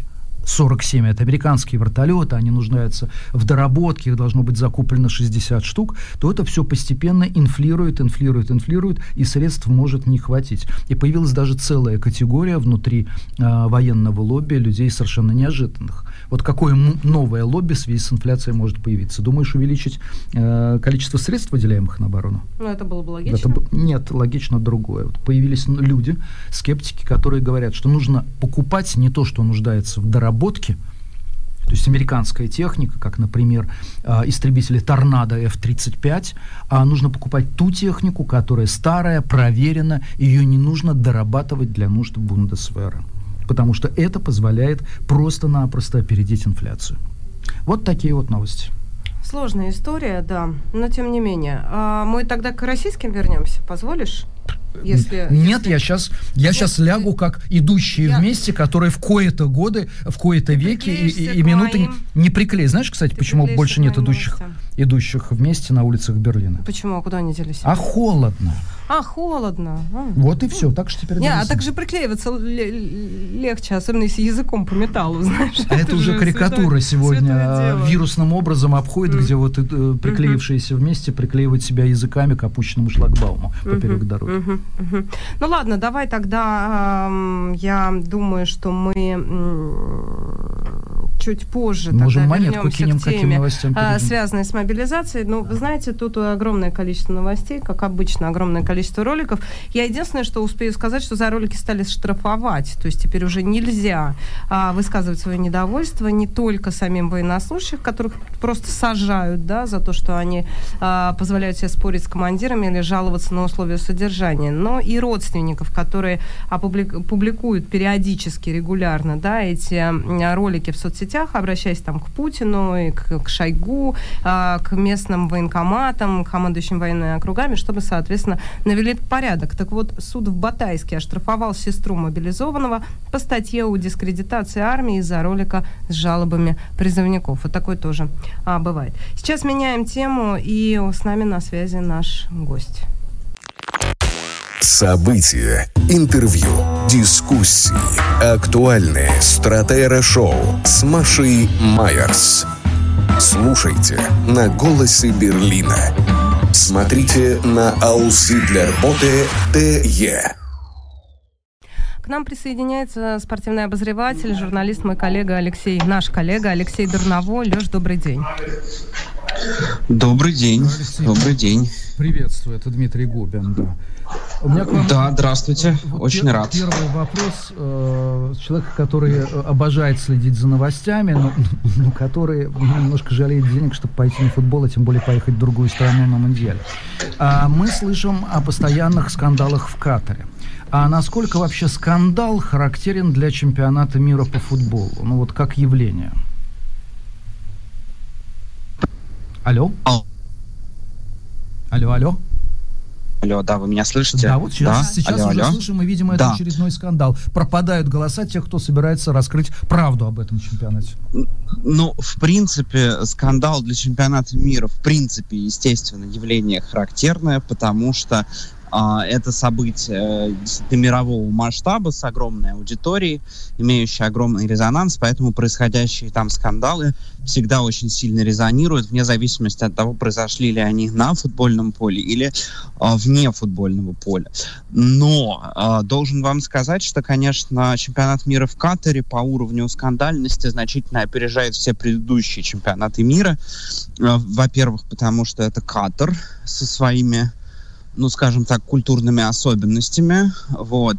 Speaker 3: 47. Это американские вертолеты, они нуждаются в доработке, их должно быть закуплено 60 штук, то это все постепенно инфлирует, и средств может не хватить. И появилась даже целая категория внутри военного лобби людей совершенно неожиданных. Вот какое новое лобби в связи с инфляцией может появиться? Думаешь, увеличить количество средств, выделяемых на оборону?
Speaker 2: Ну, это было бы логично.
Speaker 3: Нет, логично другое. Вот появились люди, скептики, которые говорят, что нужно покупать не то, что нуждается в доработке, то есть американская техника, как, например, истребители «Торнадо» F-35, а нужно покупать ту технику, которая старая, проверена, ее не нужно дорабатывать для нужд Бундесвера, потому что это позволяет просто-напросто опередить инфляцию. Вот такие вот новости.
Speaker 2: Сложная история, да, но тем не менее. Мы тогда к российским вернемся, позволишь?
Speaker 3: Нет, я сейчас лягу как идущие вместе, которые в кои-то годы, в кои-то веки и минуты не приклеят. Знаешь, кстати, почему больше нет идущих вместе на улицах Берлина?
Speaker 2: Почему? А куда они делись?
Speaker 3: А холодно.
Speaker 2: Холодно.
Speaker 3: Вот и все. Так что теперь...
Speaker 2: так же приклеиваться легче, особенно если языком по металлу, знаешь.
Speaker 3: А это уже карикатура сегодня вирусным образом обходит, где вот приклеившиеся вместе приклеивают себя языками к опущенному шлагбауму поперек дороги.
Speaker 2: Ну ладно, давай тогда, я думаю, что мы чуть позже
Speaker 3: можем монетку кинем, к каким новостям
Speaker 2: связанной с мобилизацией. Ну, вы знаете, тут огромное количество новостей, как обычно, огромное количество роликов. Я единственное, что успею сказать, что за ролики стали штрафовать. То есть теперь уже нельзя высказывать свое недовольство не только самим военнослужащим, которых просто сажают, да, за то, что они позволяют себе спорить с командирами или жаловаться на условия содержания, но и родственников, которые публикуют периодически, регулярно, да, эти ролики в соцсетях, обращаясь там к Путину и к Шойгу, к местным военкоматам, командующим военными округами, чтобы, соответственно, навели порядок. Так вот, суд в Батайске оштрафовал сестру мобилизованного по статье о дискредитации армии из-за ролика с жалобами призывников. Вот такое тоже бывает. Сейчас меняем тему, и с нами на связи наш гость.
Speaker 1: События, интервью, дискуссии, актуальные стратера-шоу с Машей Майерс. Слушайте на «Голосе Берлина». Смотрите на auszidlerbote.de.
Speaker 2: К нам присоединяется спортивный обозреватель, журналист, мой коллега Алексей, наш коллега Алексей Дурново. Лёш, добрый день.
Speaker 7: Добрый день.
Speaker 3: Алексей,
Speaker 7: добрый день.
Speaker 3: Приветствую, это Дмитрий Губин, да. У меня к вам...
Speaker 7: Да, здравствуйте, очень рад.
Speaker 3: Первый вопрос человека, который обожает следить за новостями, но который немножко жалеет денег, чтобы пойти на футбол, а тем более поехать в другую страну на Мундиаль. Мы слышим о постоянных скандалах в Катаре. А насколько вообще скандал характерен для чемпионата мира по футболу? Ну вот как явление. Алло? Алло?
Speaker 7: Алло, да, вы меня слышите?
Speaker 3: Да, вот сейчас
Speaker 7: алло,
Speaker 3: уже слышим, и, видимо, это очередной скандал. Пропадают голоса тех, кто собирается раскрыть правду об этом чемпионате.
Speaker 7: Ну, в принципе, скандал для чемпионата мира, в принципе, естественно, явление характерное, потому что это событие действительно мирового масштаба с огромной аудиторией, имеющее огромный резонанс, поэтому происходящие там скандалы всегда очень сильно резонируют, вне зависимости от того, произошли ли они на футбольном поле или вне футбольного поля. Но должен вам сказать, что, конечно, чемпионат мира в Катаре по уровню скандальности значительно опережает все предыдущие чемпионаты мира. Во-первых, потому что это Катар со своими, ну, скажем так, культурными особенностями, вот.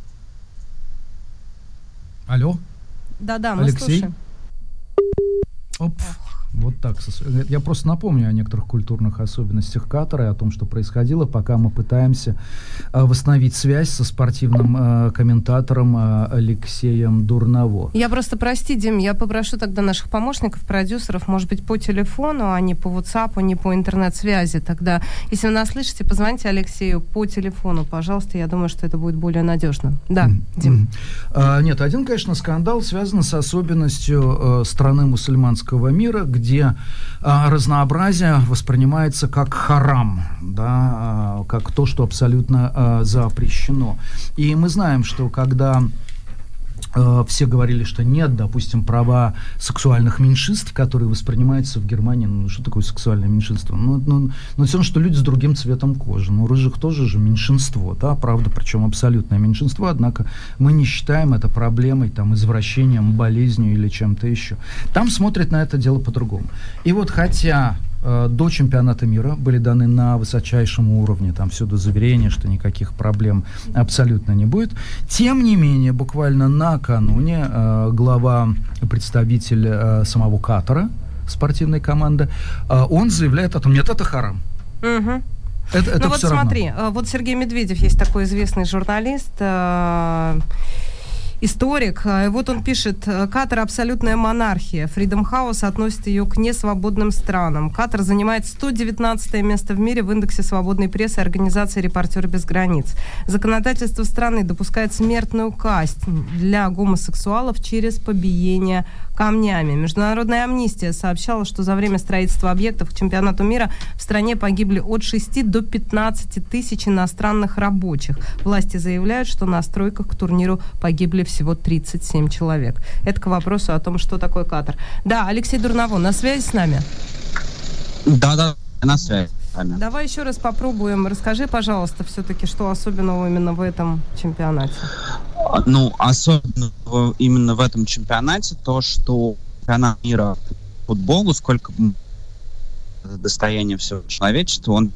Speaker 3: Алло?
Speaker 2: Да, мы
Speaker 3: Алексей?
Speaker 2: слушаем.
Speaker 3: Оп. Вот так. Я просто напомню о некоторых культурных особенностях Катара и о том, что происходило, пока мы пытаемся восстановить связь со спортивным комментатором Алексеем Дурново.
Speaker 2: Я просто, прости, Дим, я попрошу тогда наших помощников, продюсеров, может быть, по телефону, а не по WhatsApp, не по интернет-связи. Тогда, если вы нас слышите, позвоните Алексею по телефону, пожалуйста. Я думаю, что это будет более надежно. Да, Дим.
Speaker 3: Нет, один, конечно, скандал связан с особенностью страны мусульманского мира, где разнообразие воспринимается как харам, да, как то, что абсолютно запрещено. И мы знаем, что когда все говорили, что нет, допустим, права сексуальных меньшинств, которые воспринимаются в Германии. Ну, что такое сексуальное меньшинство? Ну, все равно, что люди с другим цветом кожи. Ну, рыжих тоже же меньшинство, да, правда, причем абсолютное меньшинство, однако мы не считаем это проблемой, там, извращением, болезнью или чем-то еще. Там смотрят на это дело по-другому. И вот хотя до чемпионата мира были даны на высочайшем уровне, там всюду заверения, что никаких проблем абсолютно не будет. Тем не менее, буквально накануне глава, представитель самого Катара, спортивной команды, он заявляет о том, нет, это харам.
Speaker 2: Угу.
Speaker 3: Это
Speaker 2: ну вот смотри,
Speaker 3: равно.
Speaker 2: Вот Сергей Медведев, есть такой известный журналист, историк. Вот он пишет: Катар абсолютная монархия. Freedom House относит ее к несвободным странам. Катар занимает 119 место в мире в индексе свободной прессы организации «Репортеры без границ». Законодательство страны допускает смертную казнь для гомосексуалов через побиение камнями. Международная амнистия сообщала, что за время строительства объектов к чемпионату мира в стране погибли от 6 до 15 тысяч иностранных рабочих. Власти заявляют, что на стройках к турниру погибли всего 37 человек. Это к вопросу о том, что такое Катар. Да, Алексей Дурново, на связи с нами?
Speaker 7: Да, на связи.
Speaker 2: Давай еще раз попробуем. Расскажи, пожалуйста, все-таки, что особенного именно в этом чемпионате?
Speaker 7: Ну, особенно именно в этом чемпионате то, что чемпионат мира по футболу, сколько достояние всего человечества, он...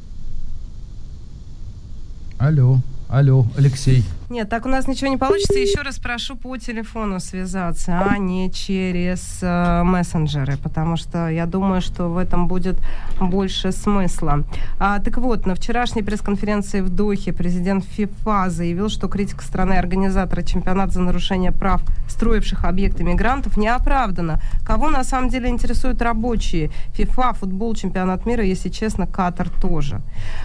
Speaker 3: Алло, Алексей.
Speaker 2: Нет, так у нас ничего не получится. Еще раз прошу по телефону связаться, а не через мессенджеры, потому что я думаю, что в этом будет больше смысла. Так вот, на вчерашней пресс-конференции в Дохе президент ФИФА заявил, что критика страны-организатора чемпионата за нарушение прав строивших объекты мигрантов не оправдана. Кого на самом деле интересуют рабочие? ФИФА, футбол, чемпионат мира, если честно, Катар тоже.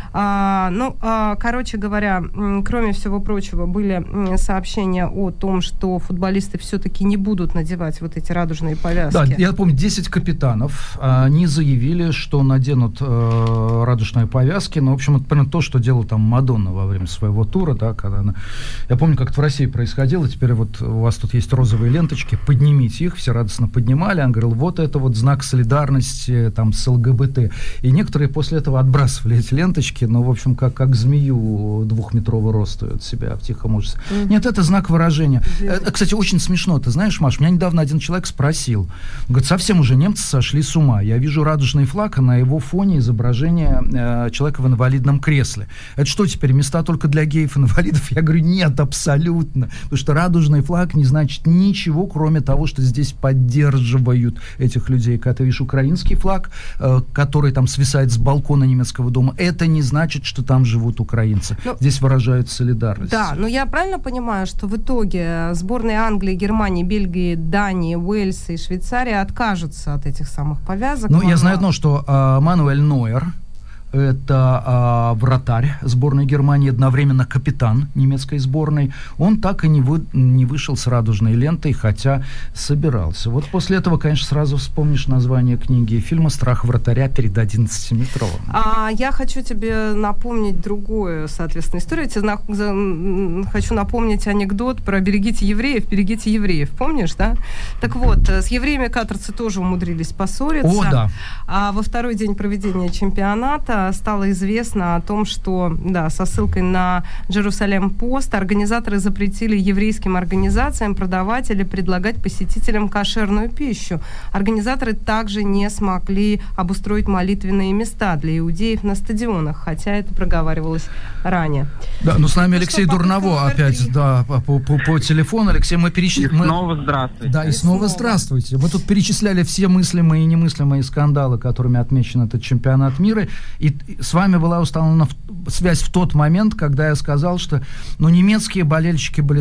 Speaker 2: Короче говоря, кроме всего прочего, были сообщения о том, что футболисты все-таки не будут надевать вот эти радужные повязки.
Speaker 3: Да, я помню, 10 капитанов, они заявили, что наденут радужные повязки. Ну, в общем, это примерно то, что делала там Мадонна во время своего тура, да, когда она... Я помню, как это в России происходило, теперь вот у вас тут есть розовые ленточки, поднимите их, все радостно поднимали, он говорил, вот это вот знак солидарности там с ЛГБТ. И некоторые после этого отбрасывали эти ленточки, но, в общем, как змею двухметрового роста от себя в тихом ужасе. Нет, это знак выражения. Кстати, очень смешно. Ты знаешь, Маш, меня недавно один человек спросил. Говорит, совсем уже немцы сошли с ума. Я вижу радужный флаг, а на его фоне изображение человека в инвалидном кресле. Это что теперь, места только для геев-инвалидов? Я говорю, нет, абсолютно. Потому что радужный флаг не значит ничего, кроме того, что здесь поддерживают этих людей. Когда ты видишь украинский флаг, который там свисает с балкона немецкого дома, это не значит, что там живут украинцы. Здесь выражают солидарность.
Speaker 2: Да, но я правильно понимаю, что в итоге сборные Англии, Германии, Бельгии, Дании, Уэльса и Швейцарии откажутся от этих самых повязок?
Speaker 3: Ну, я знаю одно, что Мануэль Нойер, это вратарь сборной Германии, одновременно капитан немецкой сборной. Он так и не вышел с радужной лентой, хотя собирался. Вот после этого, конечно, сразу вспомнишь название книги и фильма «Страх вратаря перед 11-метровым».
Speaker 2: Я хочу тебе напомнить другую, соответственно, историю. Я тебе хочу напомнить анекдот про «берегите евреев». Помнишь, да? Так вот, с евреями катарцы тоже умудрились поссориться.
Speaker 3: О, да.
Speaker 2: А во второй день проведения чемпионата стало известно о том, что, да, со ссылкой на Jerusalem Post, организаторы запретили еврейским организациям продавать или предлагать посетителям кошерную пищу. Организаторы также не смогли обустроить молитвенные места для иудеев на стадионах, хотя это проговаривалось ранее.
Speaker 3: Да, но с нами Алексей Дурново опять, да, по телефону. Алексей, мы перечислили...
Speaker 7: Снова здравствуйте.
Speaker 3: Да, и снова здравствуйте. Мы тут перечисляли все мыслимые и немыслимые скандалы, которыми отмечен этот чемпионат мира. И с вами была установлена связь в тот момент, когда я сказал, что немецкие болельщики были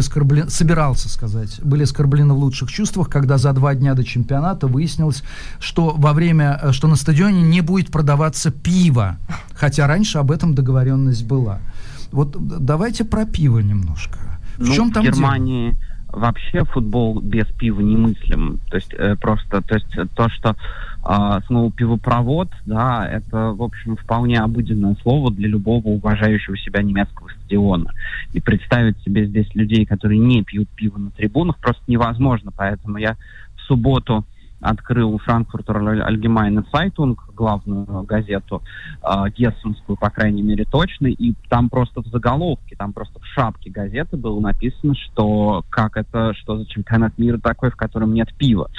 Speaker 3: оскорблены в лучших чувствах, когда за 2 дня до чемпионата выяснилось, что что на стадионе не будет продаваться пиво, хотя раньше об этом договоренность была. Вот давайте про пиво немножко. В чем там
Speaker 7: Германии, вообще футбол без пива немыслим. То есть то, что снова пивопровод, да, это, в общем, вполне обыденное слово для любого уважающего себя немецкого стадиона. И представить себе здесь людей, которые не пьют пиво на трибунах, просто невозможно. Поэтому я в субботу открыл Frankfurter Allgemeine Zeitung, главную газету, гессенскую, по крайней мере, точно, и там просто в заголовке, там просто в шапке газеты было написано, что что за чемпионат мира такой, в котором нет пива.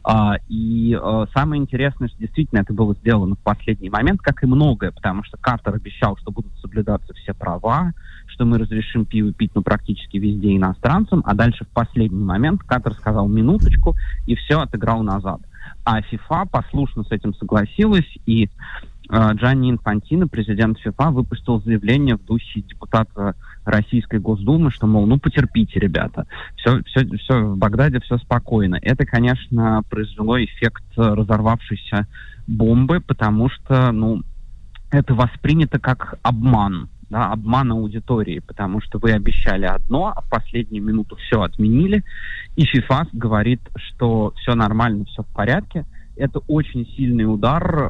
Speaker 7: И самое интересное, что действительно это было сделано в последний момент, как и многое, потому что Катар обещал, что будут соблюдаться все права, что мы разрешим пиво пить, практически везде иностранцам, а дальше в последний момент Катар сказал минуточку и все отыграл назад. А ФИФА послушно с этим согласилась, и Джанни Инфантино, президент ФИФА, выпустил заявление в духе депутата Российской Госдумы, что, мол, потерпите, ребята, все в Багдаде, все спокойно. Это, конечно, произвело эффект разорвавшейся бомбы, потому что, это воспринято как обман. Да, обман аудитории, потому что вы обещали одно, а в последнюю минуту все отменили, и ФИФА говорит, что все нормально, все в порядке. Это очень сильный удар,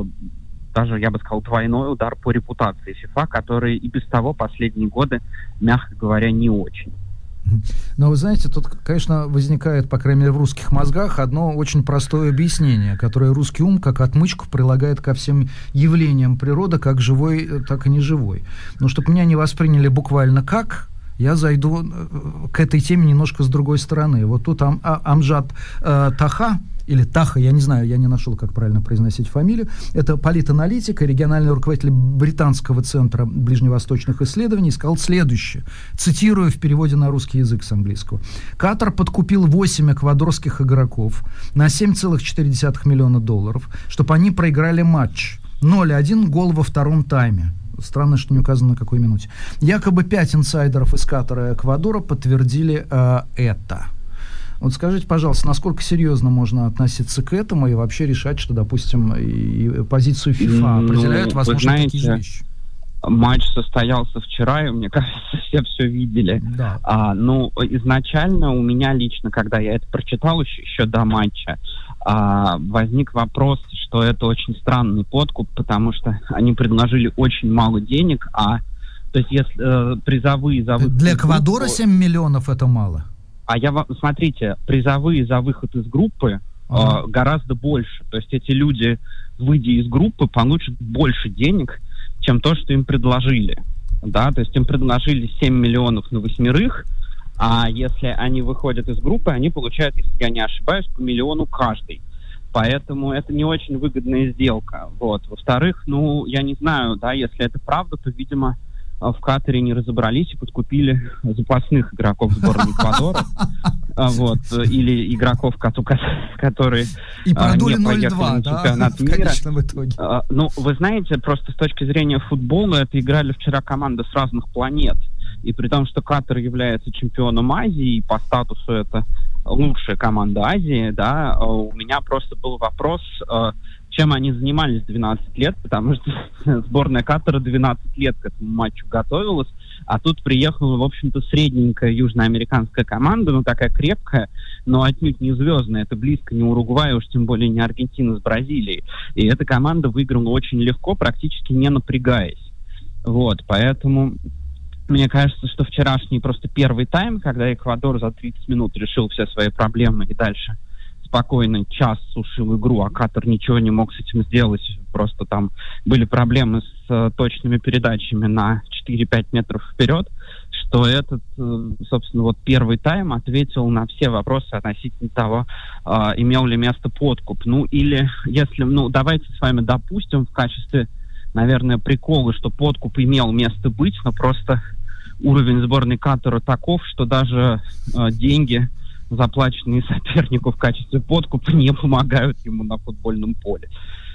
Speaker 7: даже, я бы сказал, двойной удар по репутации ФИФА, который и без того последние годы, мягко говоря, не очень.
Speaker 3: Но вы знаете, тут, конечно, возникает, по крайней мере, в русских мозгах одно очень простое объяснение, которое русский ум как отмычку прилагает ко всем явлениям природы, как живой, так и неживой. Но чтобы меня не восприняли буквально как, я зайду к этой теме немножко с другой стороны. Вот тут Амжад Таха, или Таха, я не знаю, я не нашел, как правильно произносить фамилию. Это политаналитик и региональный руководитель Британского центра ближневосточных исследований, сказал следующее, цитирую в переводе на русский язык с английского. Катар подкупил 8 эквадорских игроков на $7,4 миллиона, чтобы они проиграли матч. 0-1 гол во втором тайме. Странно, что не указано, на какой минуте. Якобы 5 инсайдеров из Катара и Эквадора подтвердили это. Вот скажите, пожалуйста, насколько серьезно можно относиться к этому и вообще решать, что, допустим, и позицию ФИФА определяют, возможно, такие же вещи?
Speaker 7: Матч состоялся вчера, и, мне кажется, все видели.
Speaker 3: Да.
Speaker 7: Изначально у меня лично, когда я это прочитал еще до матча, возник вопрос, что это очень странный подкуп, потому что они предложили очень мало денег, то есть если призовые за выход...
Speaker 3: Для Эквадора 7 миллионов это мало?
Speaker 7: Смотрите, призовые за выход из группы гораздо больше. То есть эти люди, выйдя из группы, получат больше денег, чем то, что им предложили. Да? То есть им предложили 7 миллионов на 8, а если они выходят из группы, они получают, если я не ошибаюсь, по 1 миллиону каждый. Поэтому это не очень выгодная сделка. Вот. Во-вторых, я не знаю, да, если это правда, то, видимо, в Катаре не разобрались и подкупили запасных игроков сборной Эквадора. Или игроков, которые
Speaker 3: не поехали на
Speaker 7: чемпионат мира. Вы знаете, просто с точки зрения футбола, это играли вчера команды с разных планет. И при том, что Катар является чемпионом Азии, и по статусу это лучшая команда Азии, да, у меня просто был вопрос, чем они занимались 12 лет, потому что сборная Катара 12 лет к этому матчу готовилась, а тут приехала, в общем-то, средненькая южноамериканская команда, такая крепкая, но отнюдь не звездная, это близко не Уругвай, уж тем более не Аргентина с Бразилией. И эта команда выиграла очень легко, практически не напрягаясь. Вот, поэтому... Мне кажется, что вчерашний просто первый тайм, когда Эквадор за 30 минут решил все свои проблемы и дальше спокойно час сушил игру, а Катар ничего не мог с этим сделать. Просто там были проблемы с точными передачами на 4-5 метров вперед, что этот, собственно, первый тайм ответил на все вопросы относительно того, имел ли место подкуп. Или если, давайте с вами допустим в качестве, наверное, прикола, что подкуп имел место быть, но просто уровень сборной Катара таков, что даже деньги, заплаченные сопернику в качестве подкупа, не помогают ему на футбольном поле.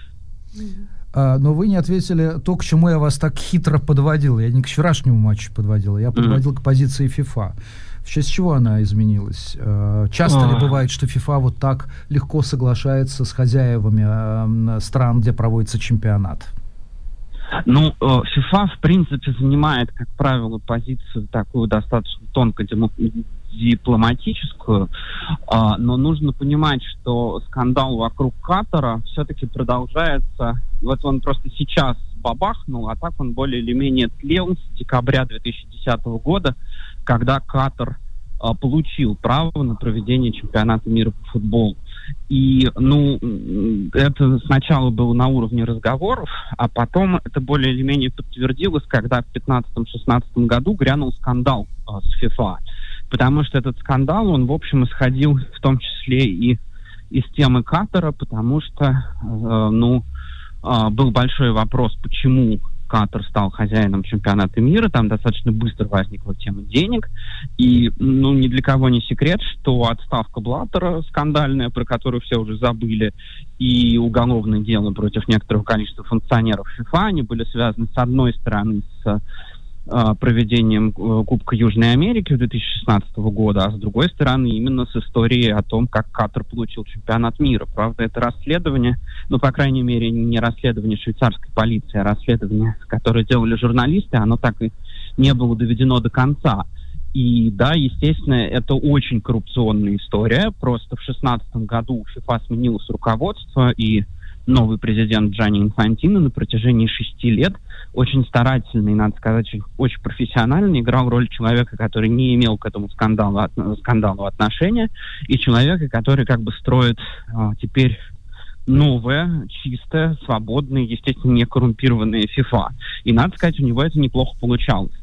Speaker 3: Но вы не ответили то, к чему я вас так хитро подводил. Я не к вчерашнему матчу подводил, я подводил к позиции ФИФА. В честь чего она изменилась? Часто ли бывает, что ФИФА вот так легко соглашается с хозяевами стран, где проводится чемпионат?
Speaker 7: ФИФА, в принципе, занимает, как правило, позицию такую достаточно тонко дипломатическую, но нужно понимать, что скандал вокруг Катара все-таки продолжается. Вот он просто сейчас бабахнул, а так он более или менее тлел с декабря 2010 года, когда Катар получил право на проведение чемпионата мира по футболу. И, это сначала было на уровне разговоров, а потом это более или менее подтвердилось, когда в 2015-2016 году грянул скандал с ФИФА. Потому что этот скандал, он, в общем, исходил в том числе и из темы Катара, потому что, был большой вопрос, почему Катар стал хозяином чемпионата мира, там достаточно быстро возникла тема денег, и, ни для кого не секрет, что отставка Блаттера скандальная, про которую все уже забыли, и уголовное дело против некоторого количества функционеров ФИФА, они были связаны, с одной стороны, с проведением Кубка Южной Америки 2016 года, а с другой стороны именно с историей о том, как Катар получил чемпионат мира. Правда, это расследование, по крайней мере, не расследование швейцарской полиции, а расследование, которое делали журналисты, оно так и не было доведено до конца. И да, естественно, это очень коррупционная история. Просто в 2016 году у ФИФА сменилось руководство, и новый президент Джанни Инфантино на протяжении 6 лет очень старательный, надо сказать, очень профессионально играл роль человека, который не имел к этому скандалу отношения, и человека, который как бы строит теперь новое, чистое, свободное, естественно, не коррумпированное ФИФА. И, надо сказать, у него это неплохо получалось.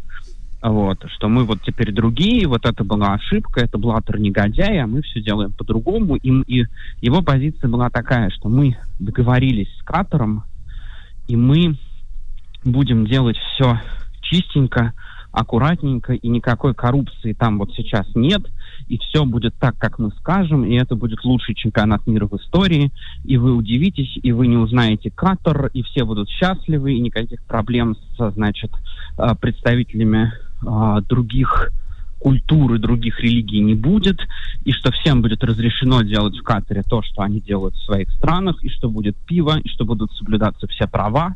Speaker 7: Что мы теперь другие, это была ошибка, это Блаттер негодяй, а мы все делаем по-другому. И его позиция была такая, что мы договорились с Катаром, и мы будем делать все чистенько, аккуратненько, и никакой коррупции там сейчас нет, и все будет так, как мы скажем, и это будет лучший чемпионат мира в истории, и вы удивитесь, и вы не узнаете Катар, и все будут счастливы, и никаких проблем с, представителями других культур и других религий не будет, и что всем будет разрешено делать в Катаре то, что они делают в своих странах, и что будет пиво, и что будут соблюдаться все права,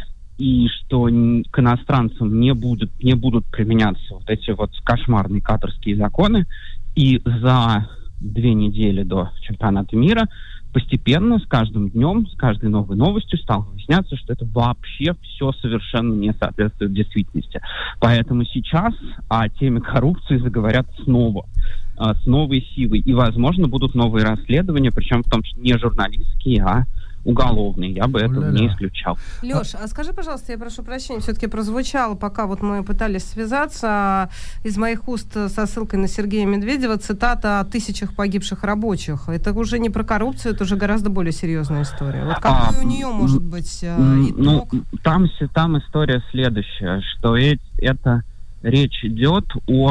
Speaker 7: и что к иностранцам не будут применяться эти кошмарные катарские законы. И за 2 недели до чемпионата мира постепенно, с каждым днем, с каждой новой новостью стало выясняться, что это вообще все совершенно не соответствует действительности. Поэтому сейчас о теме коррупции заговорят снова, с новой силой. И, возможно, будут новые расследования, причем в том числе не журналистские, а уголовный, я бы этого не исключал.
Speaker 2: Лёш, а скажи, пожалуйста, я прошу прощения, все-таки прозвучало, пока мы пытались связаться, из моих уст со ссылкой на Сергея Медведева цитата о тысячах погибших рабочих. Это уже не про коррупцию, это уже гораздо более серьезная история. Какой у нее может быть итог?
Speaker 7: Там история следующая, что это речь идет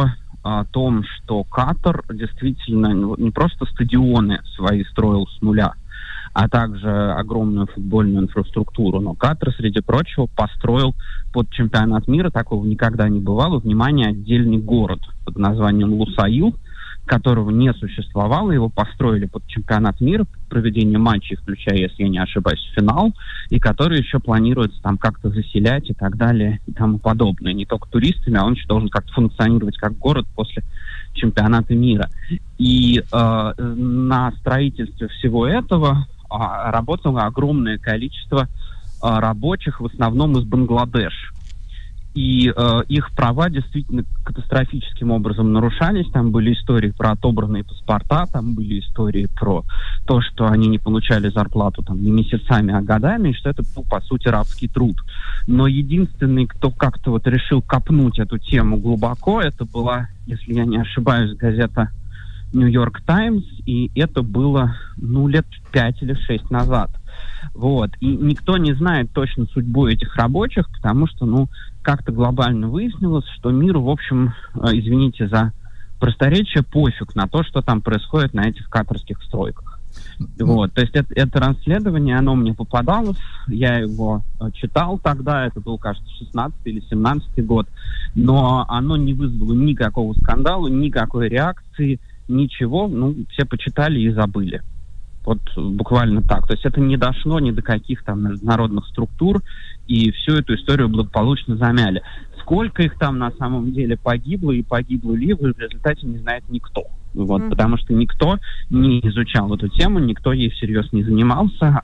Speaker 7: о том, что Катар действительно не просто стадионы свои строил с нуля, а также огромную футбольную инфраструктуру. Но Катар, среди прочего, построил под чемпионат мира, такого никогда не бывало, внимание, отдельный город под названием Лусаил, которого не существовало. Его построили под чемпионат мира, под проведение матчей, включая, если я не ошибаюсь, финал, и который еще планируется там как-то заселять и так далее и тому подобное. Не только туристами, а он еще должен как-то функционировать как город после чемпионата мира. И на строительстве всего этого работало огромное количество рабочих, в основном из Бангладеш. И их права действительно катастрофическим образом нарушались. Там были истории про отобранные паспорта, там были истории про то, что они не получали зарплату не месяцами, а годами, и что это был, по сути, рабский труд. Но единственный, кто как-то решил копнуть эту тему глубоко, это была, если я не ошибаюсь, газета «Нью-Йорк Таймс», и это было, лет 5 или 6 назад. И никто не знает точно судьбу этих рабочих, потому что, как-то глобально выяснилось, что миру, в общем, извините за просторечие, пофиг на то, что там происходит на этих катарских стройках. То есть это расследование, оно мне попадалось, я его читал тогда, это был, кажется, 16 или 17 год, но оно не вызвало никакого скандала, никакой реакции, ничего, все почитали и забыли. Буквально так. То есть это не дошло ни до каких международных структур, и всю эту историю благополучно замяли. Сколько их там на самом деле погибло и погибло ли, в результате не знает никто. Вот, потому что никто не изучал эту тему, никто ей всерьез не занимался,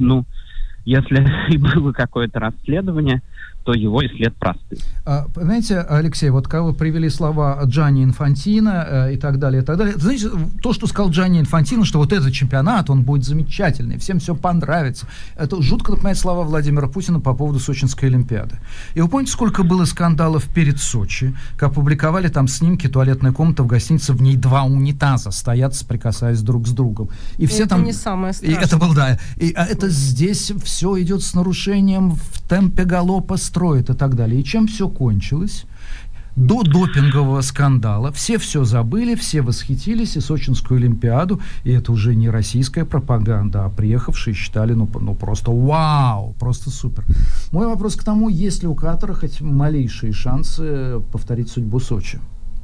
Speaker 7: если и было какое-то расследование, то его и след простыл.
Speaker 3: Знаете, Алексей, вот когда вы привели слова Джанни Инфантино и так далее, знаете, то, что сказал Джанни Инфантино, что вот этот чемпионат, он будет замечательный, всем все понравится, это жутко напоминает слова Владимира Путина по поводу Сочинской Олимпиады. И вы помните, сколько было скандалов перед Сочи, как опубликовали там снимки, туалетная комната в гостинице, в ней 2 унитаза стоят, соприкасаясь друг с другом. И все
Speaker 2: это
Speaker 3: там...
Speaker 2: не самое страшное.
Speaker 3: И это был, да. Это здесь все идет с нарушением, в темпе галопа строит и так далее. И чем все кончилось? До допингового скандала все забыли, все восхитились и Сочинскую Олимпиаду, и это уже не российская пропаганда, а приехавшие считали, просто вау, просто супер. Мой вопрос к тому, есть ли у Катара хоть малейшие шансы повторить судьбу Сочи?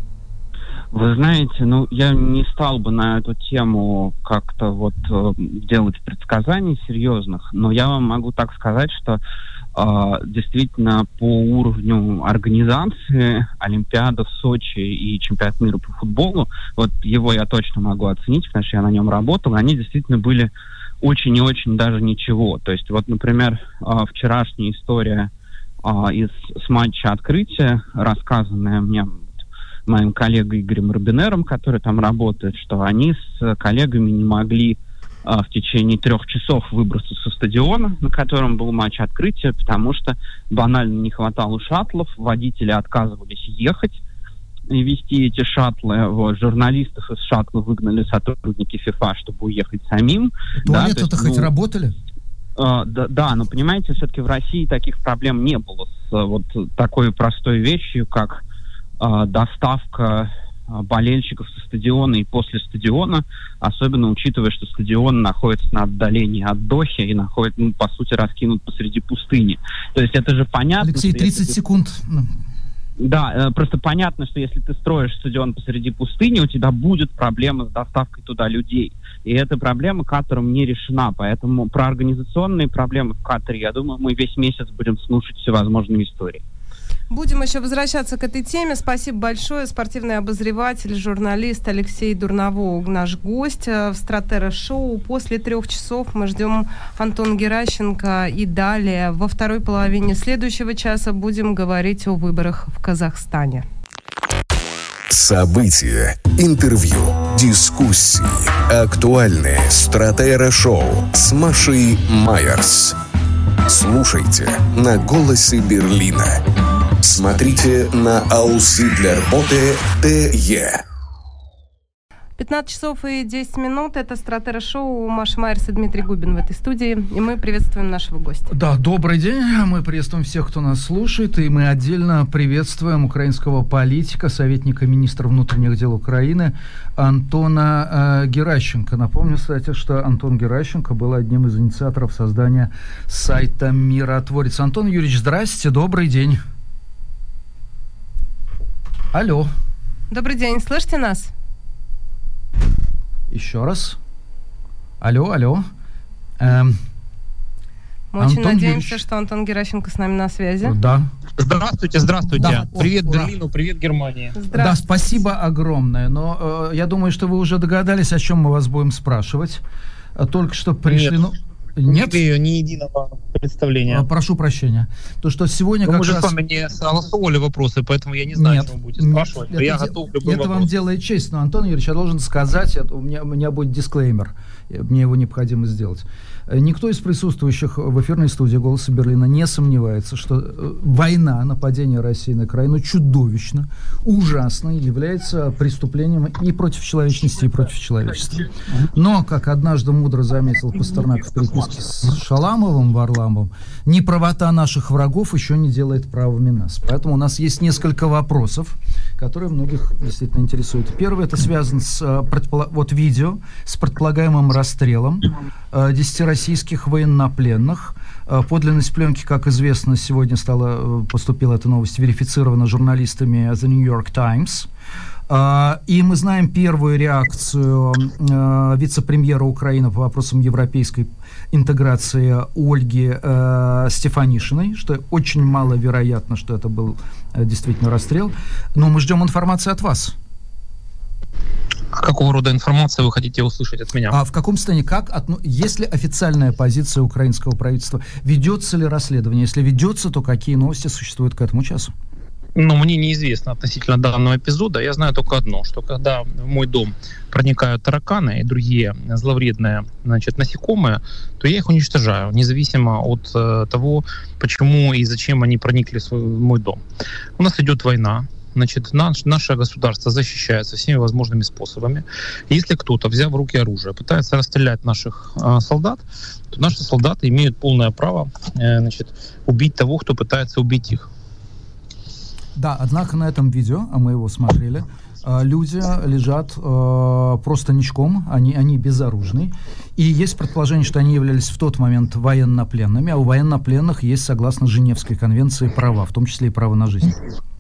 Speaker 7: Вы знаете, я не стал бы на эту тему как-то делать предсказаний серьезных, но я вам могу так сказать, что действительно по уровню организации Олимпиада в Сочи и чемпионат мира по футболу, вот его я точно могу оценить, потому что я на нем работал, они действительно были очень и очень даже ничего. То есть например, вчерашняя история с матча открытия, рассказанная мне моим коллегой Игорем Робинером, который там работает, что они с коллегами не могли в течение 3 часов выбраться со стадиона, на котором был матч открытия, потому что банально не хватало шаттлов, водители отказывались ехать и вести эти шаттлы. Журналистов из шаттла выгнали сотрудники ФИФА, чтобы уехать самим.
Speaker 3: Туалеты-то хоть работали?
Speaker 7: Да, но понимаете, все-таки в России таких проблем не было с такой простой вещью, как доставка болельщиков со стадиона и после стадиона, особенно учитывая, что стадион находится на отдалении от Дохи и находится, по сути, раскинут посреди пустыни. То есть это же понятно...
Speaker 3: Алексей, 30 секунд.
Speaker 7: Да, просто понятно, что если ты строишь стадион посреди пустыни, у тебя будет проблема с доставкой туда людей. И эта проблема Катаром не решена. Поэтому про организационные проблемы в Катаре, я думаю, мы весь месяц будем слушать всевозможные истории.
Speaker 2: Будем еще возвращаться к этой теме. Спасибо большое. Спортивный обозреватель, журналист Алексей Дурновой, наш гость в Стратера Шоу. После 3 часов мы ждем Антона Геращенко. И далее, во второй половине следующего часа, будем говорить о выборах в Казахстане.
Speaker 1: События, интервью, дискуссии, актуальные Стратера Шоу с Машей Майерс. Слушайте на «Голосе Берлина». Смотрите на ausidlerbote.de.
Speaker 2: 15 часов и 10 минут. Это Стратера Шоу. Маша Майерс и Дмитрий Губин в этой студии. И мы приветствуем нашего гостя.
Speaker 3: Да, добрый день. Мы приветствуем всех, кто нас слушает. И мы отдельно приветствуем украинского политика, советника министра внутренних дел Украины Антона Геращенко. Напомню, кстати, что Антон Геращенко был одним из инициаторов создания сайта «Миротворец». Антон Юрьевич, здрасте, добрый день. Алло.
Speaker 2: Добрый день, слышите нас?
Speaker 3: Еще раз. Алло.
Speaker 2: Мы очень
Speaker 3: Антон
Speaker 2: надеемся,
Speaker 3: Юрьевич.
Speaker 2: Что Антон Геращенко с нами на связи.
Speaker 3: Да.
Speaker 8: Здравствуйте.
Speaker 3: Да.
Speaker 8: Привет
Speaker 3: Ура.
Speaker 8: Берлину, привет Германии.
Speaker 3: Да, спасибо огромное. Но я думаю, что вы уже догадались, о чем мы вас будем спрашивать. Только что пришли...
Speaker 8: Нет? Не имею ни единого представления.
Speaker 3: Прошу прощения. То, что сегодня как
Speaker 8: мы же
Speaker 3: раз...
Speaker 8: с вами не согласовывали вопросы, поэтому я не знаю, что вы будете спрашивать. Но я готов к любым
Speaker 3: это
Speaker 8: вопросам.
Speaker 3: вам делает честь, но, Антон Юрьевич, я должен сказать, у меня будет дисклеймер, мне его необходимо сделать. Никто из присутствующих в эфирной студии «Голоса Берлина» не сомневается, что война, нападение России на Украину чудовищно, ужасно, является преступлением и против человечности, и против человечества. Но, как однажды мудро заметил Пастернак в переписке с Шаламовым, Варламовым, неправота наших врагов еще не делает правыми нас. Поэтому у нас есть несколько вопросов, которые многих действительно интересуют. Первый, это связано с видео с предполагаемым расстрелом 10 российских военнопленных Подлинность пленки, как известно, сегодня поступила эта новость, верифицирована журналистами The New York Times. И мы знаем первую реакцию вице-премьера Украины по вопросам европейской интеграции Ольги Стефанишиной, что очень маловероятно, что это был действительно расстрел. Но мы ждем информации от вас.
Speaker 8: А какого рода информацию вы хотите услышать от меня?
Speaker 3: А в каком состоянии? Есть ли официальная позиция украинского правительства? Ведется ли расследование? Если ведется, то какие новости существуют к этому часу?
Speaker 8: Но мне неизвестно относительно данного эпизода. Я знаю только одно, что когда в мой дом проникают тараканы и другие зловредные, насекомые, то я их уничтожаю, независимо от того, почему и зачем они проникли в мой дом. У нас идет война. Наше государство защищается всеми возможными способами. Если кто-то, взяв в руки оружие, пытается расстрелять наших солдат, то наши солдаты имеют полное право убить того, кто пытается убить их.
Speaker 3: Да, однако на этом видео, а мы его смотрели, люди лежат просто ничком, они безоружны. И есть предположение, что они являлись в тот момент военнопленными, а у военнопленных есть, согласно Женевской конвенции, права, в том числе и право на жизнь.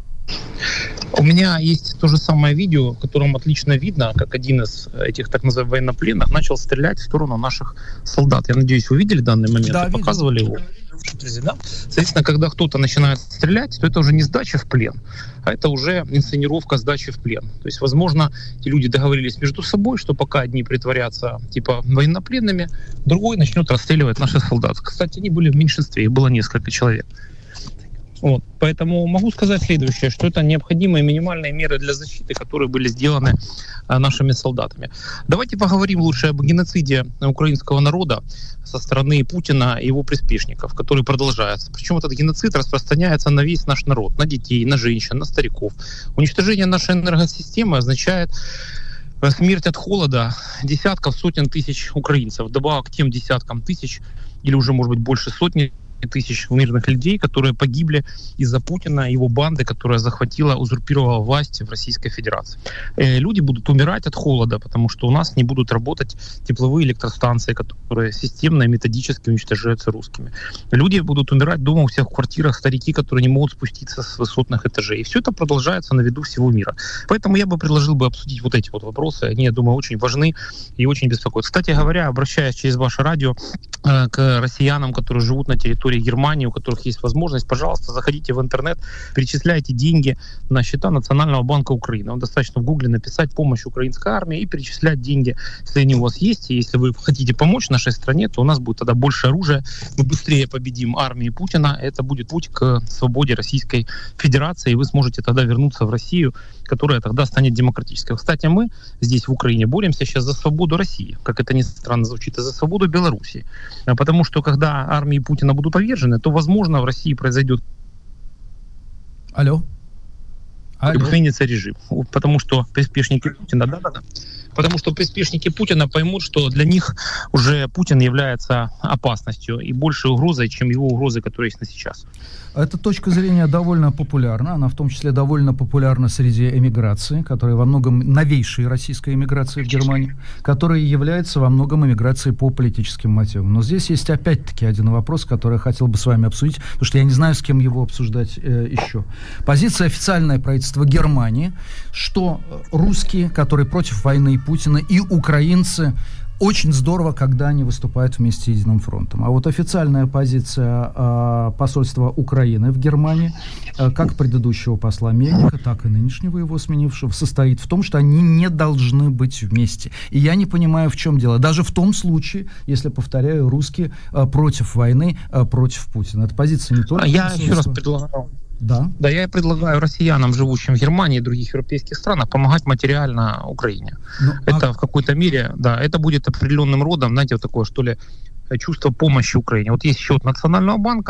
Speaker 8: У меня есть то же самое видео, в котором отлично видно, как один из этих так называемых военнопленных начал стрелять в сторону наших солдат. Я надеюсь, вы видели данный момент? Да, показывали его. Да? Соответственно, когда кто-то начинает стрелять, то это уже не сдача в плен, а это уже инсценировка сдачи в плен. То есть, возможно, эти люди договорились между собой, что пока одни притворятся типа военнопленными, другой начнет расстреливать наших солдат. Кстати, они были в меньшинстве, их было несколько человек. Вот. Поэтому могу сказать следующее, что это необходимые минимальные меры для защиты, которые были сделаны нашими солдатами. Давайте поговорим лучше об геноциде украинского народа со стороны Путина и его приспешников, который продолжается. Причем этот геноцид распространяется на весь наш народ, на детей, на женщин, на стариков. Уничтожение нашей энергосистемы означает смерть от холода десятков, сотен тысяч украинцев, вдобавок к тем десяткам тысяч, или уже, может быть, больше сотни тысяч мирных людей, которые погибли из-за Путина и его банды, которая узурпировала власть в Российской Федерации. Люди будут умирать от холода, потому что у нас не будут работать тепловые электростанции, которые системно и методически уничтожаются русскими. Люди будут умирать дома у всех в квартирах, старики, которые не могут спуститься с высотных этажей. И все это продолжается на виду всего мира. Поэтому я бы предложил обсудить вот эти вот вопросы. Они, я думаю, очень важны и очень беспокоят. Кстати говоря, обращаясь через ваше радио к россиянам, которые живут на территории Германии, у которых есть возможность, пожалуйста, заходите в интернет, перечисляйте деньги на счета Национального банка Украины. Вам достаточно в Гугле написать «Помощь украинской армии» и перечислять деньги, если они у вас есть. И если вы хотите помочь нашей стране, то у нас будет тогда больше оружия, мы быстрее победим армию Путина. Это будет путь к свободе Российской Федерации, и вы сможете тогда вернуться в Россию, которая тогда станет демократической. Кстати, мы здесь, в Украине, боремся сейчас за свободу России, как это ни странно звучит, и за свободу Белоруссии. Потому что, когда армии Путина будут повержены, то, возможно, в России произойдет изменится режим. Потому что приспешники Путина, потому что приспешники Путина поймут, что для них уже Путин является опасностью и большей угрозой, чем его угрозы, которые есть на сейчас.
Speaker 3: Эта точка зрения довольно популярна, она в том числе довольно популярна среди эмиграции, которая во многом новейшей российской эмиграции в Германии, которая является во многом эмиграцией по политическим мотивам. Но здесь есть опять-таки один вопрос, который я хотел бы с вами обсудить, потому что я не знаю, с кем его обсуждать еще. Позиция официальное правительства Германии, что русские, которые против войны Путина, и украинцы, очень здорово, когда они выступают вместе с Единым фронтом. А вот официальная позиция посольства Украины в Германии, как предыдущего посла Мельника, так и нынешнего его сменившего, состоит в том, что они не должны быть вместе. И я не понимаю, в чем дело. Даже в том случае, если, повторяю, русские против войны, против Путина. Это позиция не только...
Speaker 8: Я еще раз предлагаю... Да, я предлагаю россиянам, живущим в Германии и других европейских странах, помогать материально Украине. Это в какой-то мере, это будет определенным родом, знаете, вот такое, что ли, чувство помощи Украине. Вот есть счет Национального банка,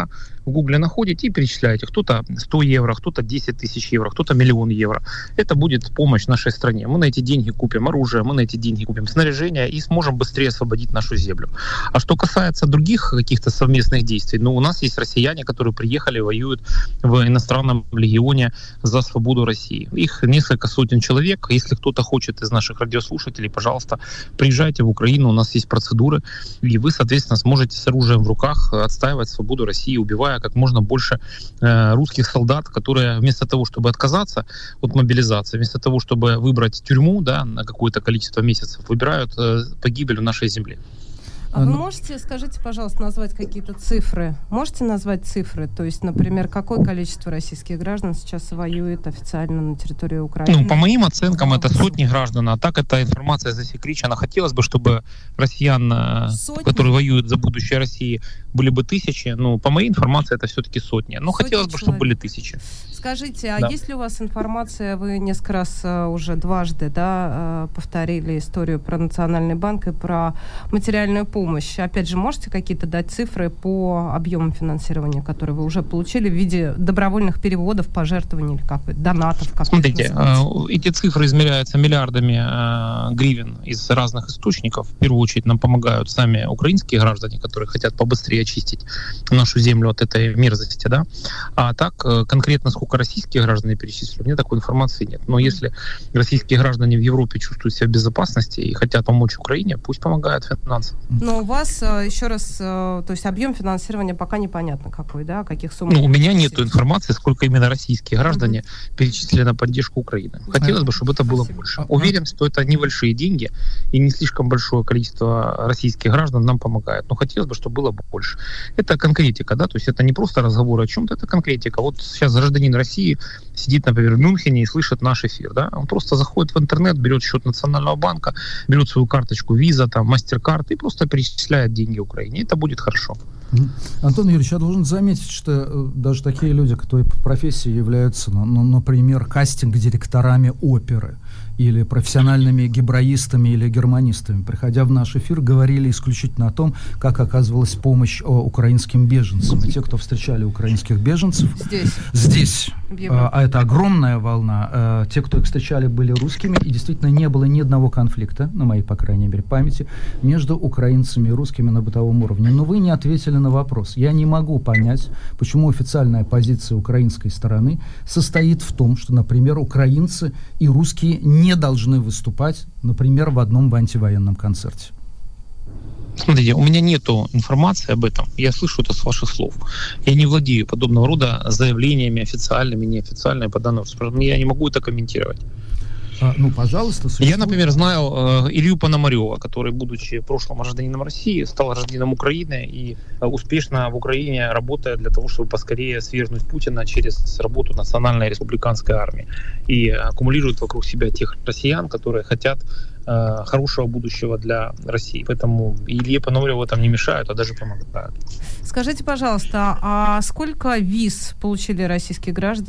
Speaker 8: в Гугле находите и перечисляете. Кто-то 100 евро, кто-то 10 тысяч евро, кто-то 1 миллион евро. Это будет помощь нашей стране. Мы на эти деньги купим оружие, мы на эти деньги купим снаряжение и сможем быстрее освободить нашу землю. А что касается других каких-то совместных действий, у нас есть россияне, которые приехали, воюют в иностранном легионе за свободу России. Их несколько сотен человек. Если кто-то хочет из наших радиослушателей, пожалуйста, приезжайте в Украину, у нас есть процедуры, и вы, соответственно, сможете с оружием в руках отстаивать свободу России, убивая как можно больше русских солдат, которые вместо того, чтобы отказаться от мобилизации, вместо того, чтобы выбрать тюрьму, да, на какое-то количество месяцев, выбирают погибель в нашей земле.
Speaker 2: А вы можете, скажите, пожалуйста, назвать какие-то цифры? Можете назвать цифры? То есть, например, какое количество российских граждан сейчас воюет официально на территории Украины?
Speaker 8: По моим оценкам, это сотни граждан, а так эта информация засекречена. Хотелось бы, чтобы россиян, которые воюют за будущее России, были бы тысячи. По моей информации, это все-таки сотни. Но хотелось бы, чтобы были тысячи.
Speaker 2: Скажите, а есть ли у вас информация, вы несколько раз уже дважды повторили историю про Национальный банк и про материальную помощь. Опять же, можете какие-то дать цифры по объемам финансирования, которые вы уже получили в виде добровольных переводов, пожертвований или донатов?
Speaker 8: Смотрите, эти цифры измеряются миллиардами гривен из разных источников. В первую очередь нам помогают сами украинские граждане, которые хотят побыстрее очистить нашу землю от этой мерзости. Да? А так, конкретно сколько российские граждане перечислили, у меня такой информации нет. Но если российские граждане в Европе чувствуют себя в безопасности и хотят помочь Украине, пусть помогают финансово.
Speaker 2: Но у вас, еще раз, то есть объем финансирования пока непонятно какой, да, каких сумм?
Speaker 8: У меня нет информации, сколько именно российские граждане перечислили на поддержку Украины. Хотелось бы, чтобы это было больше. Уверен, что это небольшие деньги и не слишком большое количество российских граждан нам помогает. Но хотелось бы, чтобы было больше. Это конкретика, да, то есть это не просто разговор о чем-то, это конкретика. Вот сейчас гражданин России сидит, например, в Мюнхене и слышит наш эфир, да, он просто заходит в интернет, берет счет Национального банка, берет свою карточку Visa, MasterCard и просто перечисляет деньги Украине. Это будет хорошо.
Speaker 3: Антон Юрьевич, я должен заметить, что даже такие люди, которые по профессии являются, например, кастинг-директорами оперы или профессиональными гебраистами или германистами, приходя в наш эфир, говорили исключительно о том, как оказывалась помощь украинским беженцам. И те, кто встречали украинских беженцев здесь, а это огромная волна, те, кто их встречали, были русскими, и действительно не было ни одного конфликта, на моей, по крайней мере, памяти, между украинцами и русскими на бытовом уровне. Но вы не ответили на вопрос. Я не могу понять, почему официальная позиция украинской стороны состоит в том, что, например, украинцы и русские не должны выступать, например, в одном антивоенном концерте.
Speaker 8: Смотрите, у меня нету информации об этом. Я слышу это с ваших слов. Я не владею подобного рода заявлениями официальными, неофициальными по данному вопросу. Я не могу это комментировать.
Speaker 3: Пожалуйста.
Speaker 8: Я, например, знаю Илью Пономарёва, который, будучи прошлым гражданином России, стал гражданином Украины и успешно в Украине работает для того, чтобы поскорее свергнуть Путина через работу Национальной республиканской армии. И аккумулирует вокруг себя тех россиян, которые хотят хорошего будущего для России. Поэтому Илье Пономарёву в этом не мешают, а даже помогают.
Speaker 2: Скажите, пожалуйста, а сколько виз получили российские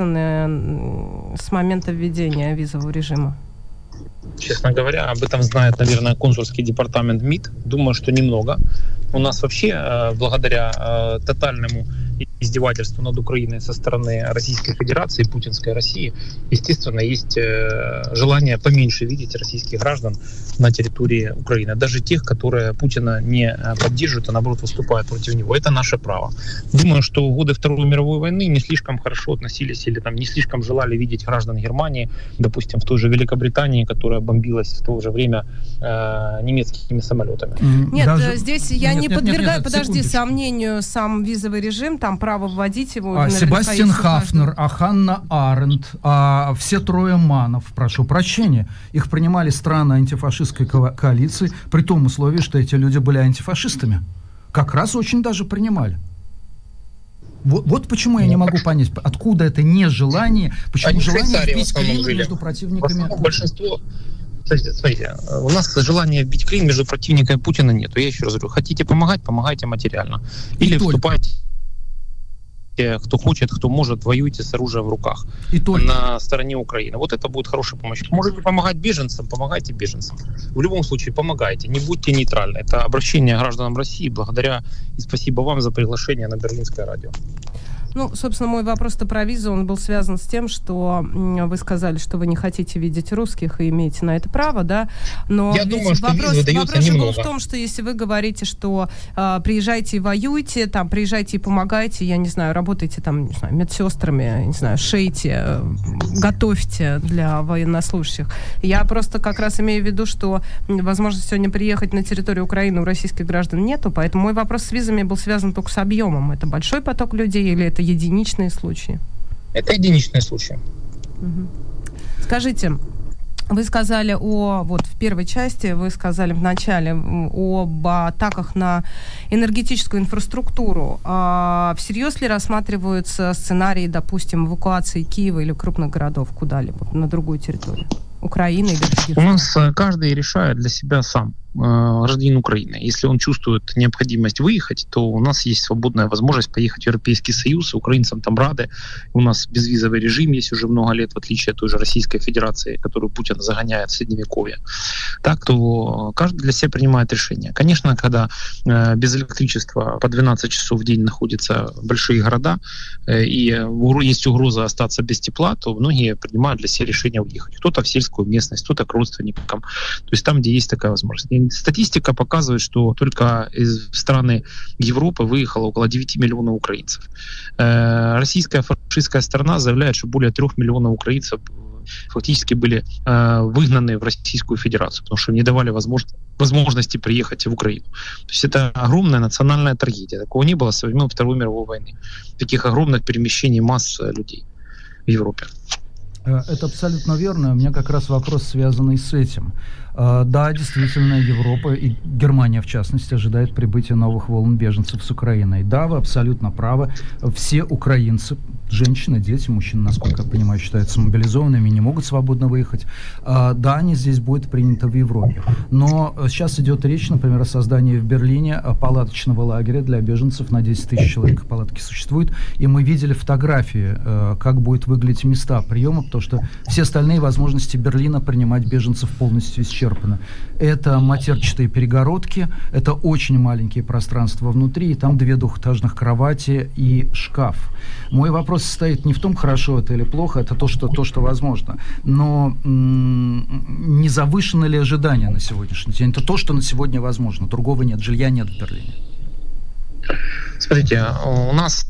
Speaker 2: граждане с момента введения визового режима?
Speaker 8: Честно говоря, об этом знает, наверное, консульский департамент МИД. Думаю, что немного. У нас вообще, благодаря тотальному издевательству над Украиной со стороны Российской Федерации, путинской России, естественно, есть желание поменьше видеть российских граждан на территории Украины. Даже тех, которые Путина не поддерживают, а наоборот выступают против него. Это наше право. Думаю, что в годы Второй мировой войны не слишком хорошо относились или не слишком желали видеть граждан Германии, допустим, в той же Великобритании, которая бомбилась в то же время немецкими самолетами.
Speaker 2: Нет, здесь я не подвергаю, сомнению сам визовый режим, там право вводить его.
Speaker 3: Себастьян Хафнер, Ханна Аренд, все трое Манов, прошу прощения, их принимали страны антифашистской коалиции, при том условии, что эти люди были антифашистами. Как раз очень даже принимали. Вот почему я не могу понять, откуда это нежелание, почему желание вбить клин между противниками.
Speaker 8: Большинство... Смотрите, у нас желания вбить клин между противниками Путина нету. Я еще раз говорю, хотите помогать, помогайте материально. Или вступайте, кто хочет, кто может, воюйте с оружием в руках на стороне Украины. Вот это будет хорошая помощь. Можете помогать беженцам, помогайте беженцам. В любом случае помогайте, не будьте нейтральны. Это обращение к гражданам России благодаря и спасибо вам за приглашение на Берлинское радио.
Speaker 2: Ну, собственно, мой вопрос-то про визу, он был связан с тем, что вы сказали, что вы не хотите видеть русских и имеете на это право, да? Но
Speaker 8: я думаю, что вопрос же
Speaker 2: был в том, что если вы говорите, что приезжайте и воюйте, там, приезжайте и помогайте, я не знаю, работайте там, не знаю, медсестрами, не знаю, шейте, готовьте для военнослужащих. Я просто как раз имею в виду, что возможность сегодня приехать на территорию Украины у российских граждан нету, поэтому мой вопрос с визами был связан только с объемом. Это большой поток людей или это единичные случаи?
Speaker 8: Это единичные случаи.
Speaker 2: Угу. Скажите, вы сказали в первой части, вы сказали в начале об атаках на энергетическую инфраструктуру. Всерьез ли рассматриваются сценарии, допустим, эвакуации Киева или крупных городов куда-либо на другую территорию Украины или других?
Speaker 8: У нас каждый решает для себя сам. Гражданин Украины. Если он чувствует необходимость выехать, то у нас есть свободная возможность поехать в Европейский Союз, украинцам там рады. У нас безвизовый режим есть уже много лет, в отличие от той же Российской Федерации, которую Путин загоняет в Средневековье. Так, то каждый для себя принимает решение. Конечно, когда без электричества по 12 часов в день находятся большие города, и есть угроза остаться без тепла, то многие принимают для себя решение уехать. Кто-то в сельскую местность, кто-то к родственникам. То есть там, где есть такая возможность. Статистика показывает, что только из страны Европы выехало около 9 миллионов украинцев. Российская фашистская сторона заявляет, что более 3 миллионов украинцев фактически были выгнаны в Российскую Федерацию, потому что не давали возможности приехать в Украину. То есть это огромная национальная трагедия. Такого не было со времен Второй мировой войны. Таких огромных перемещений масс людей в Европе.
Speaker 3: Это абсолютно верно. У меня как раз вопрос, связанный с этим. Да, действительно, Европа и Германия, в частности, ожидает прибытия новых волн беженцев с Украины. И да, вы абсолютно правы. Все украинцы, женщины, дети, мужчины, насколько я понимаю, считаются мобилизованными, не могут свободно выехать. Да, они здесь будут приняты в Европе. Но сейчас идет речь, например, о создании в Берлине палаточного лагеря для беженцев на 10 тысяч человек. Палатки существуют. И мы видели фотографии, как будут выглядеть места приема, потому что все остальные возможности Берлина принимать беженцев полностью исчерпаны. Это матерчатые перегородки, это очень маленькие пространства внутри, и там 2 двухэтажных кровати и шкаф. Мой вопрос состоит не в том, хорошо это или плохо, это то, что возможно. Но не завышены ли ожидания на сегодняшний день? Это то, что на сегодня возможно. Другого нет, жилья нет в Берлине.
Speaker 8: Смотрите, у нас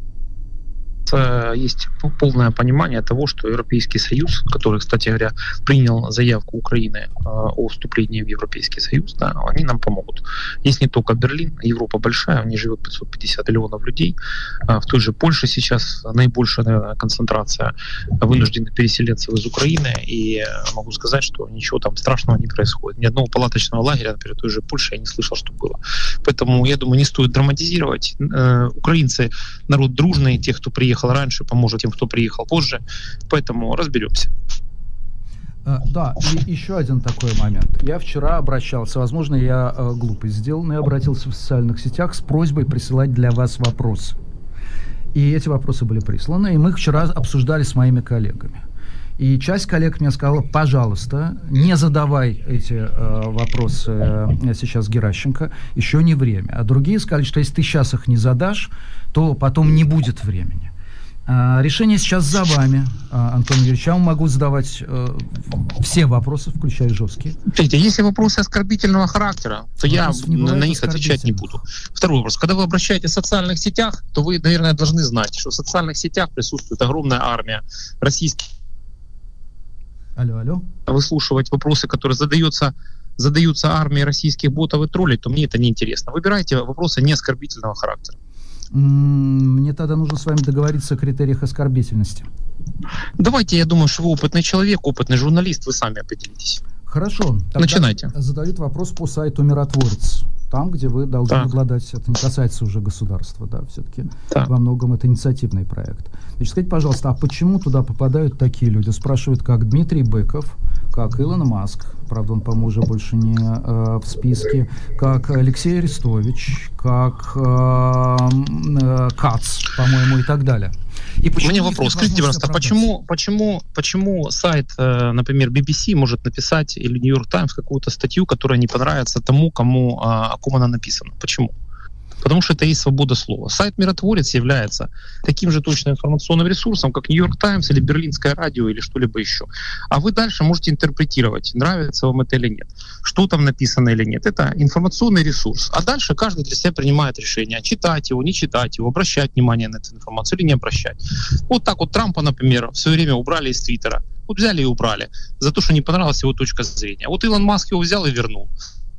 Speaker 8: есть полное понимание того, что Европейский Союз, который, кстати говоря, принял заявку Украины о вступлении в Европейский Союз, да, они нам помогут. Есть не только Берлин, Европа большая, в ней живет 550 миллионов людей. В той же Польше сейчас наибольшая, наверное, концентрация вынужденных переселенцев из Украины, и могу сказать, что ничего там страшного не происходит. Ни одного палаточного лагеря, например, в той же Польше я не слышал, что было. Поэтому, я думаю, не стоит драматизировать. Украинцы — народ дружный, те, кто приехал раньше, поможет тем, кто приехал позже. Поэтому разберемся.
Speaker 3: Да, и еще один такой момент. Я вчера обращался, возможно, я глупость сделал, но я обратился в социальных сетях с просьбой присылать для вас вопросы. И эти вопросы были присланы, и мы их вчера обсуждали с моими коллегами. И часть коллег мне сказала: пожалуйста, не задавай эти вопросы сейчас Геращенко, еще не время. А другие сказали, что если ты сейчас их не задашь, то потом не будет времени. Решение сейчас за вами, Антон Юрьевич. Я могу задавать все вопросы, включая жесткие.
Speaker 8: Смотрите, если вопросы оскорбительного характера, то я на них отвечать не буду. Второй вопрос. Когда вы обращаетесь в социальных сетях, то вы, наверное, должны знать, что в социальных сетях присутствует огромная армия российских.
Speaker 3: Алло.
Speaker 8: Выслушивать вопросы, которые задаются армией российских ботов и троллей, то мне это не интересно. Выбирайте вопросы не оскорбительного характера.
Speaker 3: Мне тогда нужно с вами договориться о критериях оскорбительности.
Speaker 8: Давайте, я думаю, что вы опытный человек, опытный журналист, вы сами определитесь.
Speaker 3: Хорошо.
Speaker 8: Начинайте.
Speaker 3: Задают вопрос по сайту «Миротворец». Там, где вы должны обладать, это не касается уже государства, да, все-таки во многом это инициативный проект. Значит, скажите, пожалуйста, а почему туда попадают такие люди? Спрашивают, как Дмитрий Быков, как Илон Маск, правда, он, по-моему, уже больше не в списке, как Алексей Арестович, как Кац, по-моему, и так далее.
Speaker 8: И у меня вопрос. Скажите, пожалуйста, почему сайт, например, BBC может написать или New York Times какую-то статью, которая не понравится тому, о ком она написана? Почему? потому что это и есть свобода слова. Сайт «Миротворец» является таким же точно информационным ресурсом, как «Нью-Йорк Таймс» или «Берлинское радио» или что-либо еще. А вы дальше можете интерпретировать, нравится вам это или нет, что там написано или нет. Это информационный ресурс. А дальше каждый для себя принимает решение, читать его, не читать его, обращать внимание на эту информацию или не обращать. Вот так вот Трампа, например, в свое время убрали из Твиттера. Вот взяли и убрали за то, что не понравилась его точка зрения. Вот Илон Маск его взял и вернул.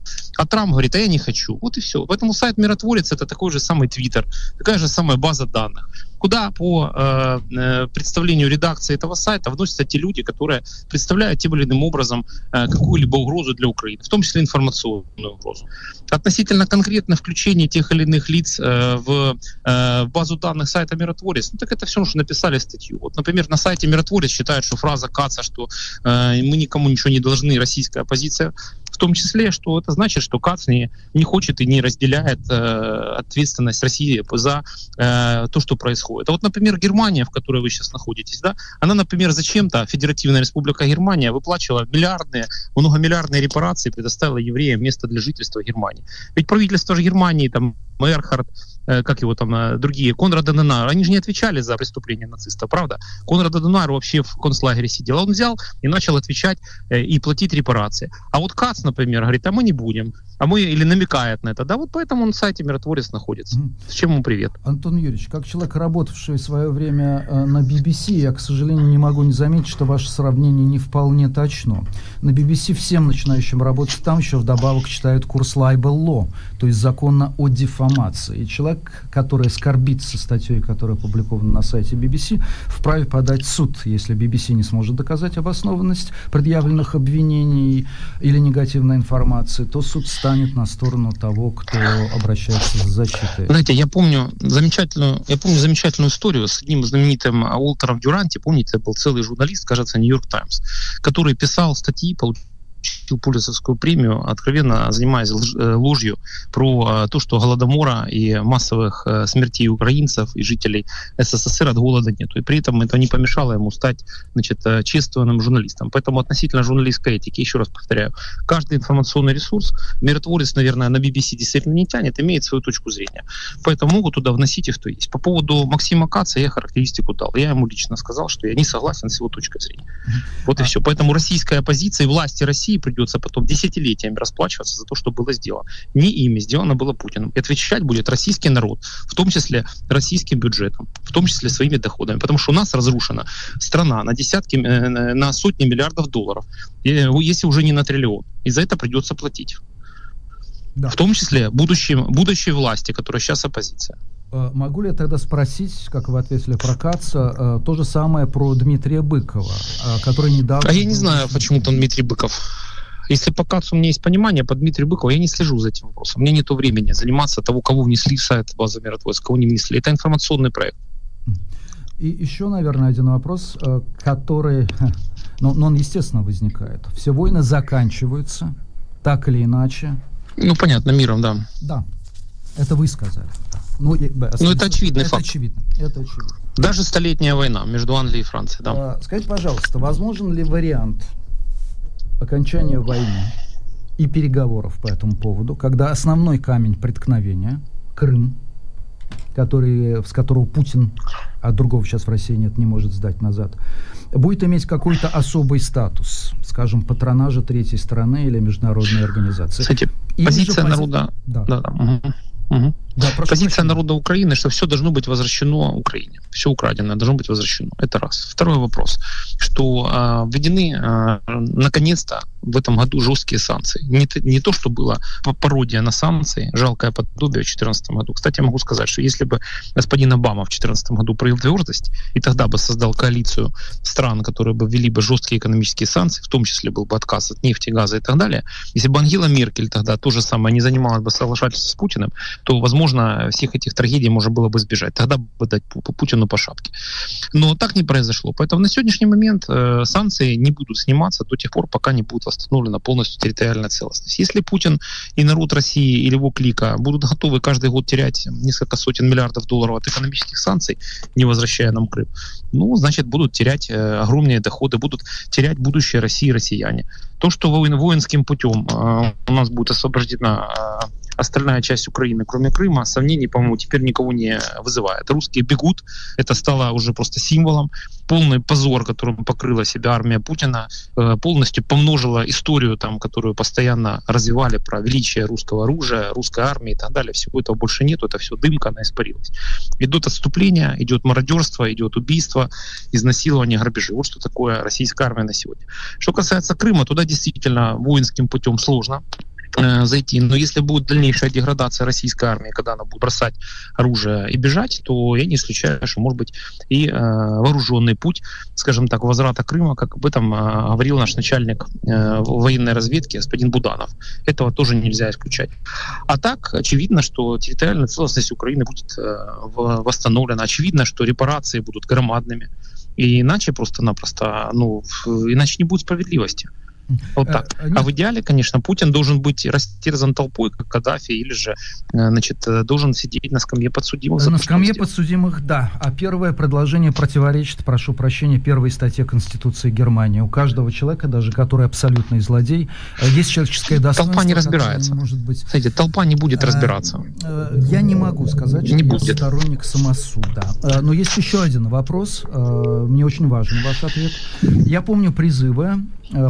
Speaker 8: А Трамп говорит, а я не хочу. Вот и все. Поэтому сайт «Миротворец» — это такой же самый Твиттер, такая же самая база данных, куда по представлению редакции этого сайта вносятся те люди, которые представляют тем или иным образом какую-либо угрозу для Украины, в том числе информационную угрозу. Относительно конкретно включения тех или иных лиц в базу данных сайта «Миротворец», ну так это все, что написали статью. Вот, например, на сайте «Миротворец» считают, что фраза Каца, что мы никому ничего не должны, российская оппозиция, в том числе, что это значит, что Кац не хочет и не разделяет ответственность России за то, что происходит. А вот, например, Германия, в которой вы сейчас находитесь, да, она, например, зачем-то Федеративная Республика Германия выплачивала многомиллиардные репарации, предоставила евреям место для жительства в Германии. Ведь правительство же Германии, там, Мерхард, как его там, другие, Конрад Аденауэр, они же не отвечали за преступления нацистов, правда? Конрад Аденауэр вообще в концлагере сидел. Он взял и начал отвечать и платить репарации. А вот Кац, например, говорит, а мы не будем. Или намекает на это. Да, вот поэтому он на сайте «Миротворец» находится. С чем ему привет.
Speaker 3: Антон Юрьевич, как человек, работавший в свое время на BBC, я, к сожалению, не могу не заметить, что ваше сравнение не вполне точно. На BBC всем начинающим работать там еще вдобавок читают курс Libel Law, то есть закона о дефамации. И человек, который скорбится статьей, которая опубликована на сайте BBC, вправе подать в суд, если BBC не сможет доказать обоснованность предъявленных обвинений или негативной информации, то суд станет на сторону того, кто обращается за защитой.
Speaker 8: Знаете, я помню замечательную историю с одним знаменитым Уолтером Дюранти, помните, это был целый журналист, кажется, «Нью-Йорк Таймс», который писал статьи, получил Пулитцеровскую премию, откровенно занимаясь ложью про то, что голодомора и массовых смертей украинцев и жителей СССР от голода нету. И при этом это не помешало ему стать, чествованным журналистом. Поэтому относительно журналистской этики, еще раз повторяю, каждый информационный ресурс, «Миротворец», наверное, на BBC действительно не тянет, имеет свою точку зрения. Поэтому могут туда вносить и что есть. По поводу Максима Каца я характеристику дал. Я ему лично сказал, что я не согласен с его точкой зрения. Вот и все. Поэтому российская оппозиция и власти России придется потом десятилетиями расплачиваться за то, что было сделано. Не ими, сделано было Путиным. И отвечать будет российский народ, в том числе российским бюджетом, в том числе своими доходами. Потому что у нас разрушена страна на сотни миллиардов долларов, если уже не на триллион. И за это придется платить. Да. В том числе будущей власти, которая сейчас оппозиция.
Speaker 3: Могу ли я тогда спросить, как вы ответили про Каца, то же самое про Дмитрия Быкова, который недавно...
Speaker 8: А я не знаю, почему там Дмитрий Быков. Если по Кацу у меня есть понимание, по Дмитрию Быкову я не слежу за этим вопросом. У меня нет времени заниматься того, кого внесли в сайт базы «Миротворец», кого не внесли. Это информационный проект.
Speaker 3: И еще, наверное, один вопрос, который, он, естественно, возникает. Все войны заканчиваются, так или иначе.
Speaker 8: Понятно, миром, да.
Speaker 3: Да, это вы сказали.
Speaker 8: Это очевидный факт.
Speaker 3: Это очевидно.
Speaker 8: Даже столетняя война между Англией и Францией, да.
Speaker 3: Скажите, пожалуйста, возможен ли вариант окончания войны и переговоров по этому поводу, когда основной камень преткновения, Крым, с которого Путин, а другого сейчас в России нет, не может сдать назад, будет иметь какой-то особый статус, скажем, патронажа третьей страны или международной организации?
Speaker 8: Кстати, позиция народа... Угу. Да, позиция народа Украины, что все должно быть возвращено Украине. Все украденное должно быть возвращено. Это раз. Второй вопрос, что введены наконец-то в этом году жесткие санкции. Не то, что была пародия на санкции, жалкое подобие в 2014 году. Кстати, я могу сказать, что если бы господин Обама в 2014 году проявил твердость и тогда бы создал коалицию стран, которые бы ввели бы жесткие экономические санкции, в том числе был бы отказ от нефти, газа и так далее, если бы Ангела Меркель тогда то же самое не занималась бы соглашательством с Путиным, то, возможно, всех этих трагедий можно было бы избежать. Тогда бы дать Путину по шапке. Но так не произошло. Поэтому на сегодняшний момент санкции не будут сниматься до тех пор, пока не будет восстановлена полностью территориальная целостность. Если Путин и народ России или его клика будут готовы каждый год терять несколько сотен миллиардов долларов от экономических санкций, не возвращая нам Крым, значит, будут терять огромные доходы, будут терять будущее России и россияне. То, что воинским путем у нас будет освобождена остальная часть Украины, кроме Крыма, сомнений, по-моему, теперь никого не вызывает. Русские бегут, это стало уже просто символом. Полный позор, которым покрыла себя армия Путина, полностью помножила историю, там, которую постоянно развивали про величие русского оружия, русской армии и так далее. Всего этого больше нету, это все дымка, она испарилась. Идут отступления, идет мародерство, идет убийство, изнасилование, грабежи. Вот что такое российская армия на сегодня. Что касается Крыма, туда действительно воинским путем сложно зайти. Но если будет дальнейшая деградация российской армии, когда она будет бросать оружие и бежать, то я не исключаю, что может быть и вооруженный путь, скажем так, возврата Крыма, как об этом говорил наш начальник военной разведки господин Буданов. Этого тоже нельзя исключать. А так, очевидно, что территориальная целостность Украины будет восстановлена. Очевидно, что репарации будут громадными. И иначе просто-напросто, иначе не будет справедливости. Вот так. А в идеале, конечно, Путин должен быть растерзан толпой, как Каддафи, или же, должен сидеть на скамье подсудимых.
Speaker 3: На скамье подсудимых, да. А первое предложение противоречит, прошу прощения, первой статье Конституции Германии. У каждого человека, даже который абсолютный злодей, есть человеческое достоинство.
Speaker 8: Толпа не разбирается.
Speaker 3: Может быть...
Speaker 8: Смотрите, толпа не будет разбираться.
Speaker 3: Я не могу сказать, что я сторонник самосуда. Но есть еще один вопрос. Мне очень важен ваш ответ. Я помню призывы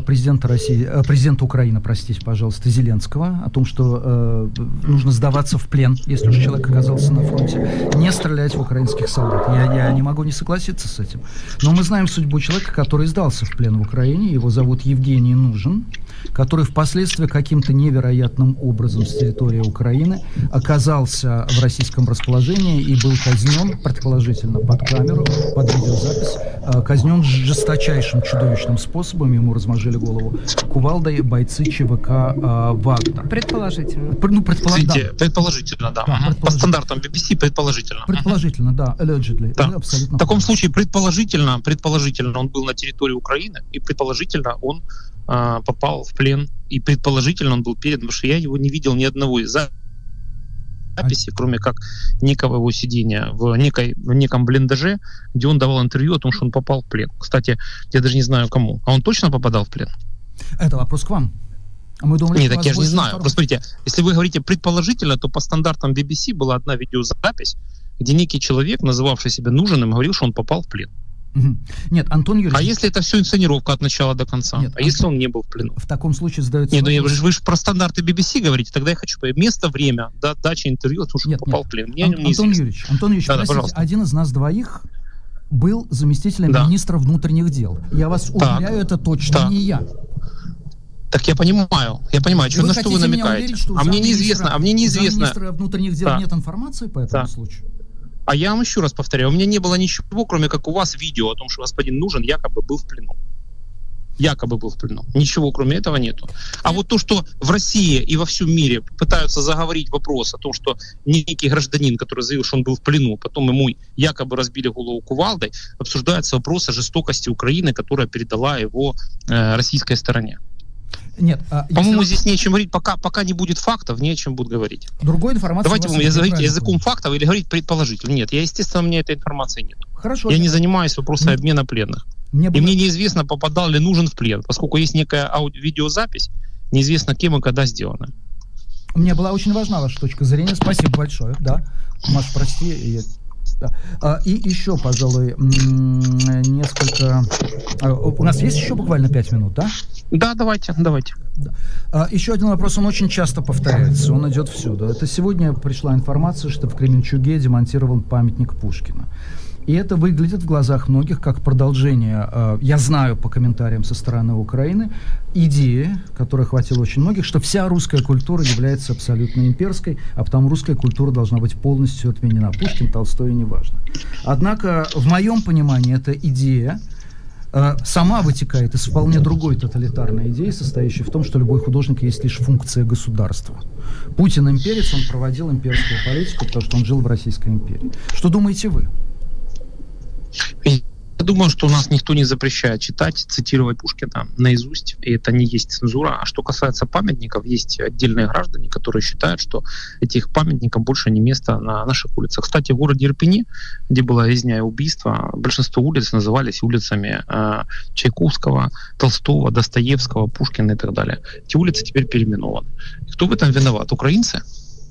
Speaker 3: президента Украины, простите, пожалуйста, Зеленского, о том, что нужно сдаваться в плен, если уж человек оказался на фронте, не стрелять в украинских солдат. Я не могу не согласиться с этим. Но мы знаем судьбу человека, который сдался в плен в Украине. Его зовут Евгений Нужен, который впоследствии каким-то невероятным образом с территории Украины оказался в российском расположении и был казнен, предположительно, под камеру, под видеозапись, казнен жесточайшим, чудовищным способом. Ему размозжили голову кувалдой бойцы ЧВК «Вагнер».
Speaker 2: Предположительно.
Speaker 8: Предположительно, да. По стандартам BBC предположительно.
Speaker 3: Предположительно, да. Allegedly.
Speaker 8: Да. В таком случае предположительно он был на территории Украины, и предположительно он попал в плен, и предположительно он был передан, потому что я его не видел ни одного из записи, кроме как некого его сидения в неком блиндаже, где он давал интервью о том, что он попал в плен. Кстати, я даже не знаю кому. А он точно попадал в плен?
Speaker 3: Это вопрос к вам. Мы думали,
Speaker 8: нет, так я же не знаю. Просто смотрите, если вы говорите предположительно, то по стандартам BBC была одна видеозапись, где некий человек, называвший себя Нужным, говорил, что он попал в плен.
Speaker 3: Нет, Антон Юрьевич...
Speaker 8: А если это все инсценировка от начала до конца? Нет, если он не был в плену?
Speaker 3: В таком случае задается...
Speaker 8: Нет, вы же про стандарты BBC говорите, тогда я хочу понять место, время, дача интервью, потому что он попал в плен.
Speaker 3: Антон Юрьевич, простите, один из нас двоих был заместителем министра внутренних дел. Я вас уверяю, это точно не я.
Speaker 8: Так я понимаю, на что вы намекаете.
Speaker 3: А мне неизвестно. У министра внутренних дел нет информации по этому случаю?
Speaker 8: А я вам еще раз повторяю, у меня не было ничего, кроме как у вас видео о том, что господин Нужен якобы был в плену. Ничего кроме этого нету. А вот то, что в России и во всем мире пытаются заговорить вопрос о том, что некий гражданин, который заявил, что он был в плену, потом ему якобы разбили голову кувалдой, обсуждается вопрос о жестокости Украины, которая передала его российской стороне.
Speaker 3: Нет,
Speaker 8: по-моему, здесь не о чем говорить, пока не будет фактов, не о чем будет говорить.
Speaker 3: Другой информации.
Speaker 8: Давайте будем говорить языком фактов или говорить предположительно. Нет, естественно, у меня этой информации нет.
Speaker 3: Хорошо.
Speaker 8: Я не занимаюсь вопросом обмена пленных. Мне неизвестно, попадал ли Нужен в плен, поскольку есть некая видеозапись, неизвестно кем и когда сделана.
Speaker 3: Мне была очень важна ваша точка зрения. Спасибо большое. Да, Маш, прости. Да. И еще, пожалуй, несколько... У нас есть еще буквально 5 минут, да?
Speaker 8: Да, давайте.
Speaker 3: Да. Еще один вопрос, он очень часто повторяется, он идет всюду. Это сегодня пришла информация, что в Кременчуге демонтирован памятник Пушкина. И это выглядит в глазах многих как продолжение, я знаю по комментариям со стороны Украины, идеи, которой хватило очень многих, что вся русская культура является абсолютно имперской, а потому русская культура должна быть полностью отменена. Пушкин, Толстой, неважно. Однако, в моем понимании, эта идея сама вытекает из вполне другой тоталитарной идеи, состоящей в том, что любой художник есть лишь функция государства. Путин имперец, он проводил имперскую политику, потому что он жил в Российской империи. Что думаете вы?
Speaker 8: Я думаю, что у нас никто не запрещает читать, цитировать Пушкина наизусть, и это не есть цензура. А что касается памятников, есть отдельные граждане, которые считают, что этих памятников больше не место на наших улицах. Кстати, в городе Ирпени, где была резня и убийство, большинство улиц назывались улицами Чайковского, Толстого, Достоевского, Пушкина и так далее. Эти улицы теперь переименованы. И кто в этом виноват? Украинцы?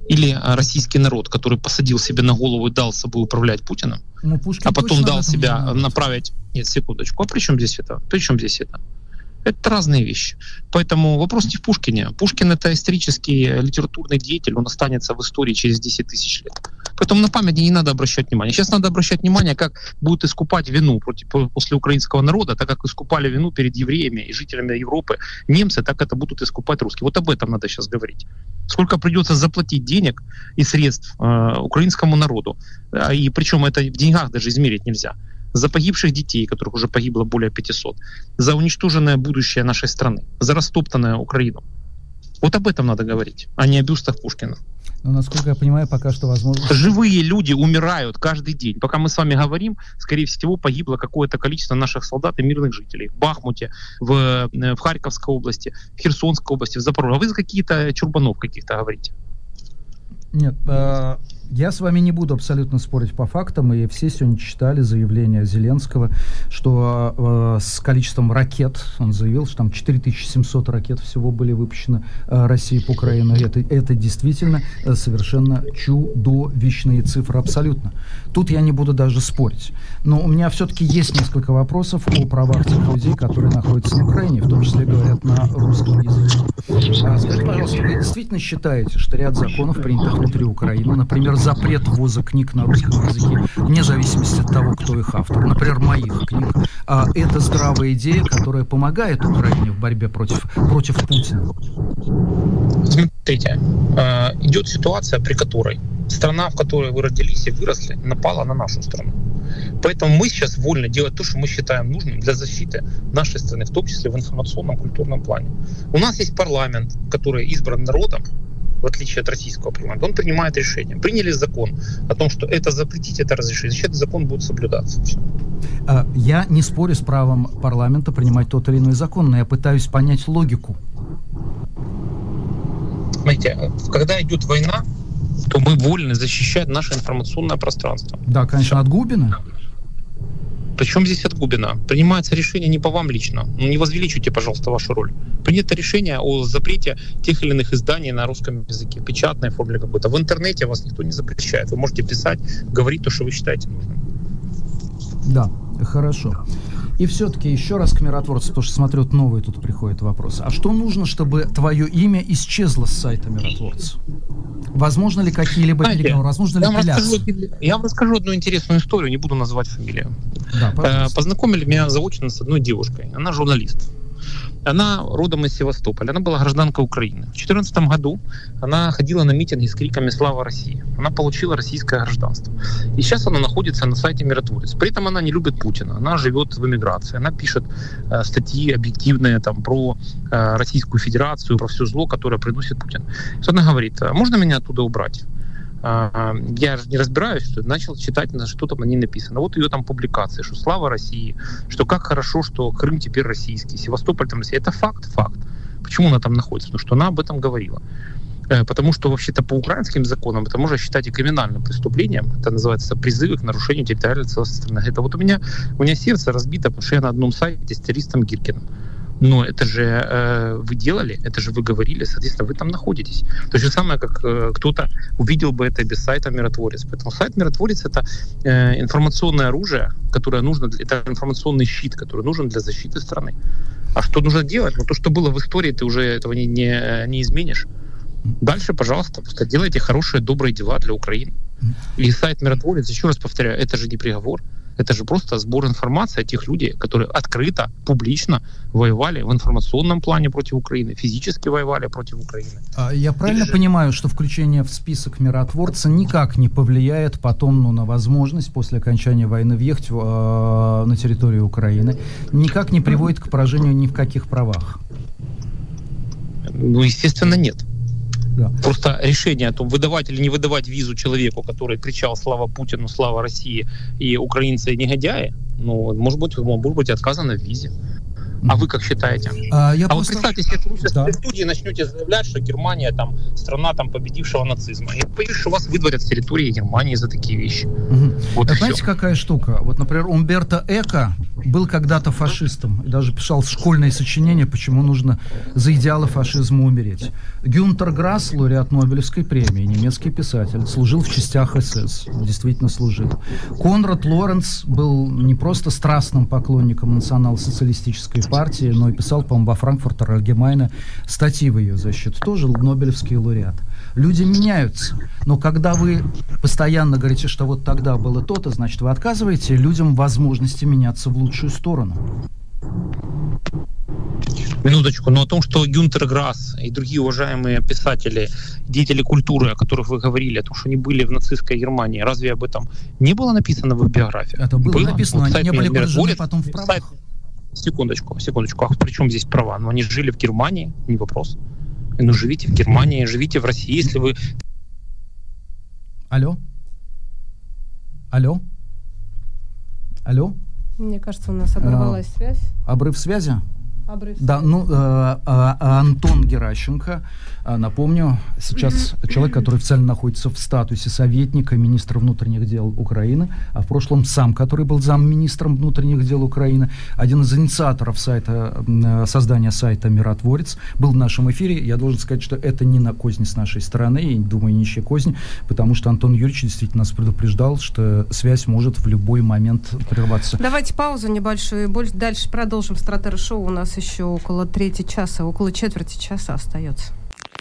Speaker 8: Или российский народ, который посадил себе на голову и дал собой управлять Путиным, а потом дал себя направить... Нет, секундочку, а при чем здесь это? При чем здесь это? Это разные вещи. Поэтому вопрос не в Пушкине. Пушкин — это исторический литературный деятель, он останется в истории через 10 тысяч лет. Поэтому на память не надо обращать внимание. Сейчас надо обращать внимание, как будут искупать вину после украинского народа, так как искупали вину перед евреями и жителями Европы немцы, так это будут искупать русские. Вот об этом надо сейчас говорить. Сколько придется заплатить денег и средств украинскому народу. И причем это в деньгах даже измерить нельзя. За погибших детей, которых уже погибло более 500, за уничтоженное будущее нашей страны, за растоптанную Украину. Вот об этом надо говорить, а не о бюстах Пушкина.
Speaker 3: Но, насколько я понимаю, пока что возможно...
Speaker 8: Живые люди умирают каждый день. Пока мы с вами говорим, скорее всего, погибло какое-то количество наших солдат и мирных жителей. В Бахмуте, в Харьковской области, в Херсонской области, в Запорожье. А вы за какие-то чурбанов каких-то говорите?
Speaker 3: Нет, я с вами не буду абсолютно спорить по фактам, и все сегодня читали заявление Зеленского, что с количеством ракет, он заявил, что там 4700 ракет всего были выпущены России по Украине. Это действительно совершенно чудовищные цифры, абсолютно. Тут я не буду даже спорить. Но у меня все-таки есть несколько вопросов о правах тех людей, которые находятся на Украине, в том числе говорят на русском языке. Скажите, пожалуйста, вы действительно считаете, что ряд законов, принятых внутри Украины, например, запрет ввоза книг на русском языке, вне зависимости от того, кто их автор, например, моих книг, это здравая идея, которая помогает Украине в борьбе против Путина?
Speaker 8: Смотрите, идет ситуация, при которой страна, в которой вы родились и выросли, напала на нашу страну. Поэтому мы сейчас вольны делать то, что мы считаем нужным для защиты нашей страны, в том числе в информационном, культурном плане. У нас есть парламент, который избран народом, в отличие от российского парламента, он принимает решения. Приняли закон о том, что это запретить, это разрешить. Значит, этот закон будет соблюдаться. Все.
Speaker 3: Я не спорю с правом парламента принимать тот или иной закон, но я пытаюсь понять логику.
Speaker 8: Смотрите, когда идет война, то мы вольны защищать наше информационное пространство.
Speaker 3: Да, конечно, от Губина.
Speaker 8: Причем здесь от Губина? Принимается решение не по вам лично. Не возвеличивайте, пожалуйста, вашу роль. Принято решение о запрете тех или иных изданий на русском языке, в печатной форме какой-то. В интернете вас никто не запрещает. Вы можете писать, говорить то, что вы считаете нужным.
Speaker 3: Да, хорошо. И все-таки еще раз к миротворцу, потому что смотрю, новые тут приходят вопросы. А что нужно, чтобы твое имя исчезло с сайта миротворца? Возможно ли какие-либо переговоры? Возможно ли апелляции?
Speaker 8: Я вам расскажу одну интересную историю, не буду называть фамилию. Да, познакомили меня заочно с одной девушкой. Она журналист. Она родом из Севастополя, она была гражданкой Украины. В 2014 году она ходила на митинги с криками «Слава России!». Она получила российское гражданство. И сейчас она находится на сайте «Миротворец». При этом она не любит Путина, она живет в эмиграции. Она пишет статьи объективные там, про Российскую Федерацию, про все зло, которое приносит Путин. Она говорит: можно меня оттуда убрать? Я же не разбираюсь, что начал читать, что там на ней написано. Вот ее там публикации, что слава России, что как хорошо, что Крым теперь российский, Севастополь там Россия. Это факт. Почему она там находится? Потому что она об этом говорила. Потому что вообще-то по украинским законам это можно считать и криминальным преступлением. Это называется призывы к нарушению территориальной целостности страны. Это вот у меня сердце разбито, потому что я на одном сайте с террористом Гиркиным. Но это же вы делали, это же вы говорили, соответственно, вы там находитесь. То же самое, как кто-то увидел бы это без сайта «Миротворец». Поэтому сайт «Миротворец» — это информационное оружие, которое нужно, это информационный щит, который нужен для защиты страны. А что нужно делать? Ну, то, что было в истории, ты уже этого не изменишь. Дальше, пожалуйста, просто делайте хорошие, добрые дела для Украины. И сайт «Миротворец», еще раз повторяю, это же не приговор. Это же просто сбор информации о тех людях, которые открыто, публично воевали в информационном плане против Украины, физически воевали против Украины.
Speaker 3: Я правильно понимаю, что включение в список миротворца никак не повлияет потом на возможность после окончания войны въехать на территорию Украины, никак не приводит к поражению ни в каких правах?
Speaker 8: Ну, естественно, нет.
Speaker 3: Да.
Speaker 8: Просто решение о том, выдавать или не выдавать визу человеку, который кричал «Слава Путину! Слава России!» и украинцы негодяи, ну, может быть, отказано в визе. А вы как считаете? Вот представьте, если вы сейчас в студии начнете заявлять, что Германия там страна там победившего нацизма. Я боюсь, что вас выдворят с территории Германии за такие вещи. Вот
Speaker 3: знаете, какая штука? Вот, например, Умберто Эко был когда-то фашистом. И даже писал школьные сочинения, почему нужно за идеалы фашизма умереть. Гюнтер Грасс, лауреат Нобелевской премии, немецкий писатель, служил в частях СС. Действительно служил. Конрад Лоренц был не просто страстным поклонником национал-социалистической партии, но и писал, по-моему, во Франкфуртер Альгемайне статьи в ее защиту. Тоже Нобелевский лауреат. Люди меняются. Но когда вы постоянно говорите, что вот тогда было то-то, значит, вы отказываете людям возможности меняться в лучшую сторону.
Speaker 8: Минуточку, но о том, что Гюнтер Грасс и другие уважаемые писатели, деятели культуры, о которых вы говорили, о том, что они были в нацистской Германии, разве об этом не было написано в их биографиях?
Speaker 3: Это было написано, вот, они не были поражены потом в правах.
Speaker 8: Секундочку. А при чем здесь права? Ну, они жили в Германии, не вопрос. Ну, живите в Германии, живите в России, если вы...
Speaker 3: Алло?
Speaker 2: Мне кажется, у нас оборвалась связь.
Speaker 3: Обрыв связи? Да, Антон Геращенко, напомню, сейчас человек, который официально находится в статусе советника министра внутренних дел Украины, а в прошлом сам, который был замминистром внутренних дел Украины, один из инициаторов создания сайта «Миротворец», был в нашем эфире. Я должен сказать, что это не на козни с нашей стороны, и, думаю, ничья кознь, потому что Антон Юрьевич действительно нас предупреждал, что связь может в любой момент прерваться.
Speaker 2: Давайте паузу небольшую, и дальше продолжим Стратера-шоу. У нас еще около четверти часа остается.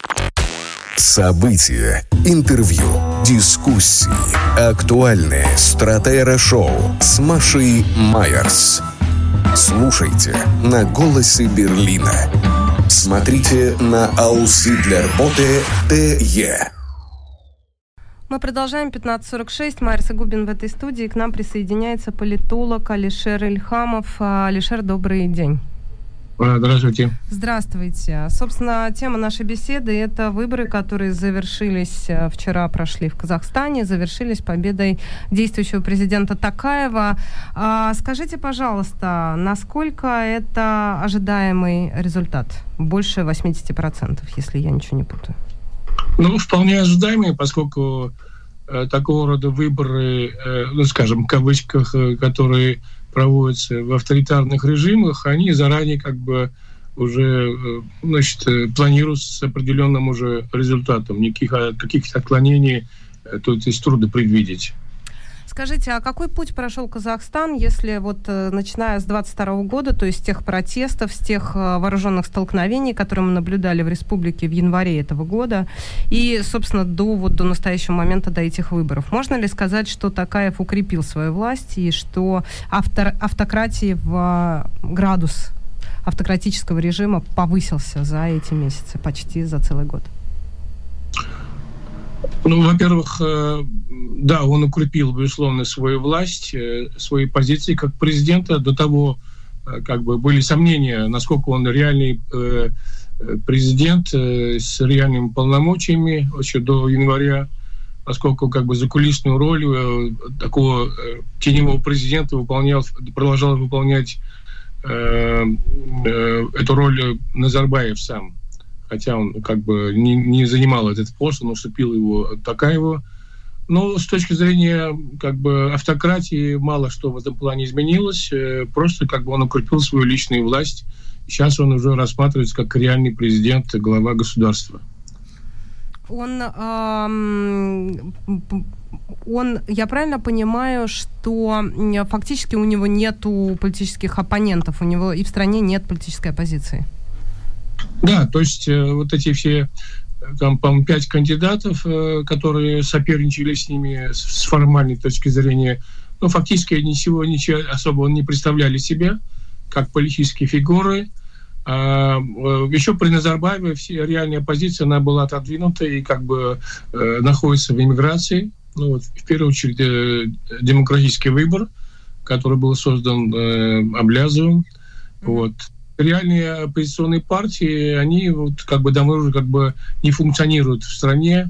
Speaker 1: События, интервью, дискуссии, актуальные Стратера-шоу с Машей Майерс. Слушайте на «Голосе Берлина». Смотрите на aussiedlerbote.de.
Speaker 2: Мы продолжаем. 15:46. Майерс и Губин в этой студии. К нам присоединяется политолог Алишер Ильхамов. Алишер, добрый день.
Speaker 9: Здравствуйте.
Speaker 2: Здравствуйте. Собственно, тема нашей беседы – это выборы, которые завершились вчера, прошли в Казахстане, завершились победой действующего президента Токаева. Скажите, пожалуйста, насколько это ожидаемый результат? Больше 80%, если я ничего не путаю.
Speaker 9: Ну, вполне ожидаемый, поскольку такого рода выборы, ну, скажем, в кавычках, которые проводятся в авторитарных режимах, они заранее как бы уже, значит, планируются с определенным уже результатом. Каких-то отклонений тут есть трудно предвидеть.
Speaker 2: Скажите, а какой путь прошел Казахстан, если вот начиная с 22 года, то есть с тех протестов, с тех вооруженных столкновений, которые мы наблюдали в республике в январе этого года, и, собственно, до настоящего момента, до этих выборов? Можно ли сказать, что Токаев укрепил свою власть и что автократии градус автократического режима повысился за эти месяцы, почти за целый год?
Speaker 9: Ну, во-первых, да, он укрепил, безусловно, свою власть, свои позиции как президента. До того как бы были сомнения, насколько он реальный президент с реальными полномочиями еще до января, поскольку как бы закулисную роль такого теневого президента продолжал выполнять эту роль Назарбаев сам. Хотя он как бы не занимал этот пост, он уступил его Токаеву. Но с точки зрения как бы автократии мало что в этом плане изменилось. Просто как бы он укрепил свою личную власть. Сейчас он уже рассматривается как реальный президент, глава государства.
Speaker 2: Я правильно понимаю, что фактически у него нету политических оппонентов, у него и в стране нет политической оппозиции?
Speaker 9: Да, то есть вот эти все, там, по-моему, 5 кандидатов, которые соперничали с ними с формальной точки зрения, ну, фактически ничего особого не представляли себя, как политические фигуры. Еще при Назарбаеве реальная оппозиция, она была отодвинута и как бы находится в эмиграции. Ну, вот, в первую очередь, демократический выбор, который был создан Аблязовым. Вот. Реальные оппозиционные партии, они вот как бы давно уже как бы не функционируют в стране.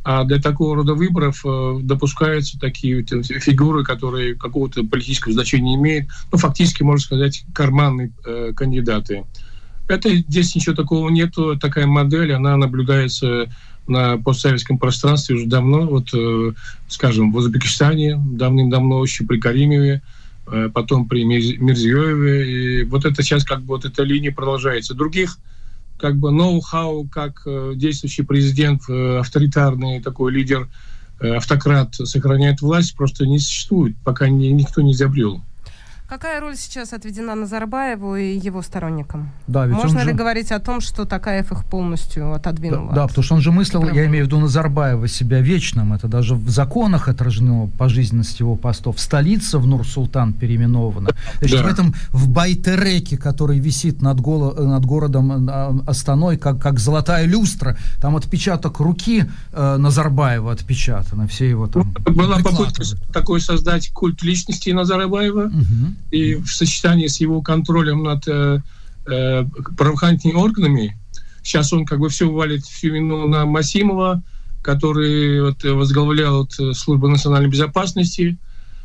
Speaker 9: А для такого рода выборов допускаются такие фигуры, которые какого-то политического значения не имеют, ну, фактически, можно сказать, карманные кандидаты. Здесь ничего такого нету. Такая модель, она наблюдается на постсоветском пространстве уже давно. Вот, скажем, в Узбекистане давным-давно еще при Каримове, потом при Мирзиёеве. И вот это сейчас как бы вот эта линия продолжается. Других как бы ноу-хау, как действующий президент, авторитарный такой лидер, автократ сохраняет власть, просто не существует, пока никто не изобрел.
Speaker 2: Какая роль сейчас отведена Назарбаеву и его сторонникам?
Speaker 3: Да, ведь
Speaker 2: можно ли говорить о том, что Токаев их полностью отодвинул?
Speaker 3: Да, потому что он же мыслил, я имею в виду Назарбаева, себя вечным. Это даже в законах отражено пожизненность его постов. Столица в Нур-Султан переименована. Значит, в Байтереке, который висит над городом Астаной, как золотая люстра, там отпечаток руки Назарбаева отпечатан. Все его там
Speaker 9: была попытка такой создать культ личности Назарбаева. И в сочетании с его контролем над правоохранительными органами, сейчас он как бы все валит всю вину на Масимова, который возглавлял службу национальной безопасности,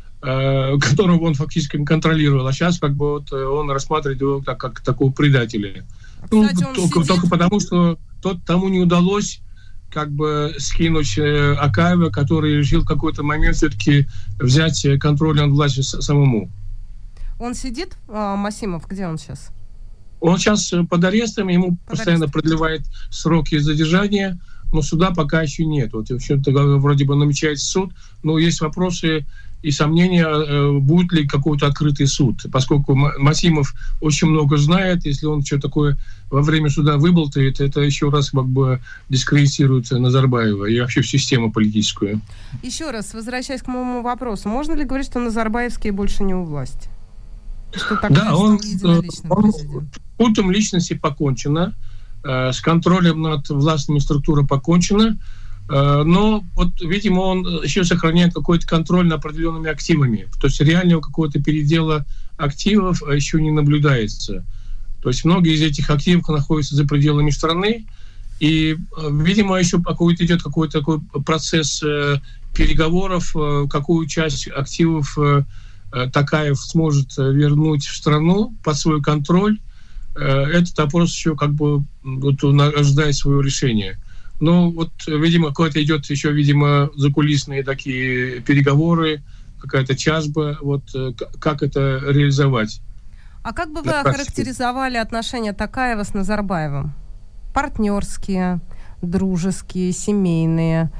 Speaker 9: которого он фактически контролировал, а сейчас как бы он рассматривает его как такого предателя. Кстати, только потому, что тому не удалось как бы скинуть Акаева, который решил в какой-то момент все-таки взять контроль над властью самому.
Speaker 2: Он сидит, Масимов, где он сейчас?
Speaker 9: Он сейчас под арестом, ему постоянно продлевают сроки задержания, но суда пока еще нет. Вот вроде бы намечается суд, но есть вопросы и сомнения, будет ли какой-то открытый суд, поскольку Масимов очень много знает, если он что такое во время суда выболтает, это еще раз как бы дискредитирует Назарбаева и вообще систему политическую.
Speaker 2: Еще раз, возвращаясь к моему вопросу, можно ли говорить, что Назарбаевские больше не у власти?
Speaker 9: Да, он культом личности покончено, с контролем над властными структурами покончено, но вот, видимо, он еще сохраняет какой-то контроль над определенными активами. То есть реального какого-то передела активов еще не наблюдается. То есть многие из этих активов находятся за пределами страны, и, видимо, еще идет какой-то такой процесс переговоров, какую часть активов Токаев сможет вернуть в страну под свой контроль. Этот вопрос еще как бы он ожидает своего решения. Но вот, видимо, какой-то идет еще, видимо, закулисные такие переговоры, какая-то тяжба, вот как это реализовать.
Speaker 2: А как бы вы охарактеризовали отношения Токаева с Назарбаевым? Партнерские, дружеские, семейные,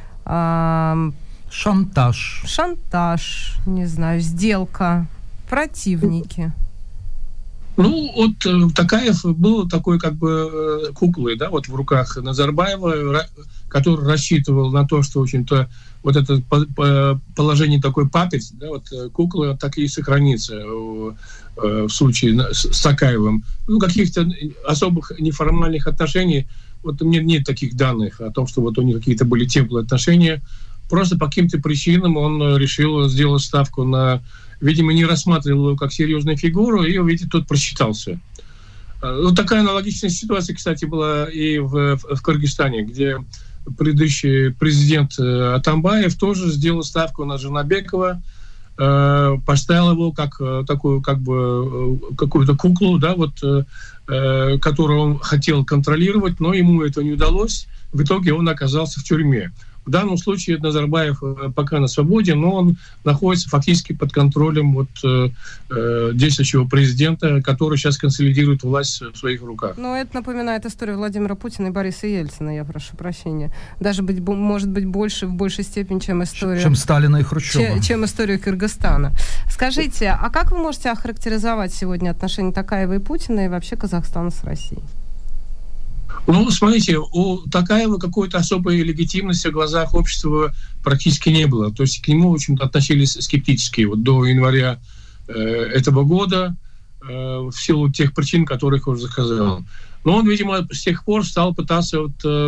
Speaker 3: шантаж,
Speaker 2: не знаю, сделка, противники.
Speaker 9: Ну, вот Токаев был такой как бы куклой, да, вот в руках Назарбаева, который рассчитывал на то, что, в общем-то, вот это положение такой папец, да, вот кукла так и сохранится в случае с Токаевым. Ну, каких-то особых неформальных отношений, вот у меня нет таких данных о том, что вот у них какие-то были теплые отношения. Просто по каким-то причинам он решил сделать ставку на... Видимо, не рассматривал его как серьезную фигуру, и, видите, тот просчитался. Вот такая аналогичная ситуация, кстати, была и в Кыргызстане, где предыдущий президент Атамбаев тоже сделал ставку на Жанабекова, поставил его как такую, как бы, какую-то куклу, да, вот, которую он хотел контролировать, но ему это не удалось. В итоге он оказался в тюрьме. В данном случае Назарбаев пока на свободе, но он находится фактически под контролем вот, действующего президента, который сейчас консолидирует власть в своих руках.
Speaker 2: Но это напоминает историю Владимира Путина и Бориса Ельцина, я прошу прощения. Даже, может быть, в большей степени, чем история...
Speaker 3: Чем Сталина и Хрущева.
Speaker 2: Чем историю Кыргызстана. Скажите, а как вы можете охарактеризовать сегодня отношения Токаева и Путина и вообще Казахстана с Россией?
Speaker 9: Ну, смотрите, у Токаева какой-то особой легитимности в глазах общества практически не было. То есть к нему, в общем-то, относились скептически вот до января этого года в силу тех причин, которых я уже сказал. Но он, видимо, с тех пор стал пытаться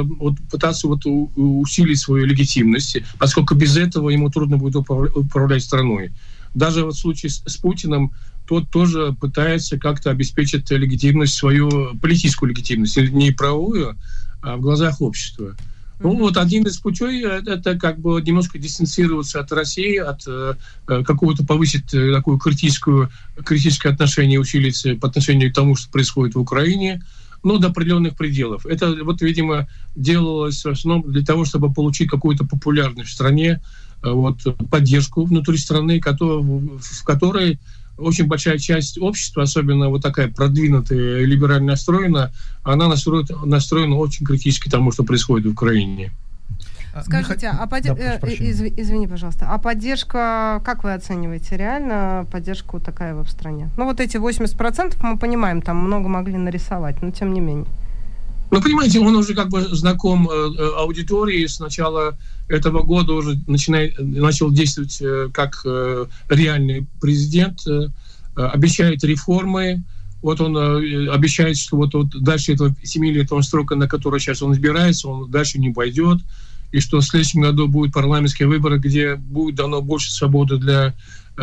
Speaker 9: усилить свою легитимность, поскольку без этого ему трудно будет управлять страной. Даже вот в случае с Путиным тот тоже пытается как-то обеспечить легитимность, свою политическую легитимность, не правовую, а в глазах общества. Ну, вот один из путей – это как бы немножко дистанцироваться от России, от какого-то повысить такое критическое отношение, усилить по отношению к тому, что происходит в Украине, но до определенных пределов. Это, вот, видимо, делалось в основном для того, чтобы получить какую-то популярность в стране, вот, поддержку внутри страны, в которой очень большая часть общества, особенно вот такая продвинутая, либерально настроена, она настроена очень критически к тому, что происходит в Украине.
Speaker 2: Скажите, извини, пожалуйста, а поддержка, как вы оцениваете, реально поддержка такая в стране? Ну, вот эти 80% мы понимаем, там много могли нарисовать, но тем не менее.
Speaker 9: Ну, понимаете, он уже как бы знаком аудитории, с начала этого года уже начал действовать как реальный президент, обещает реформы. Вот он обещает, что вот дальше этого 7-летнего срока, на который сейчас он избирается, он дальше не пойдет, и что в следующем году будут парламентские выборы, где будет дано больше свободы для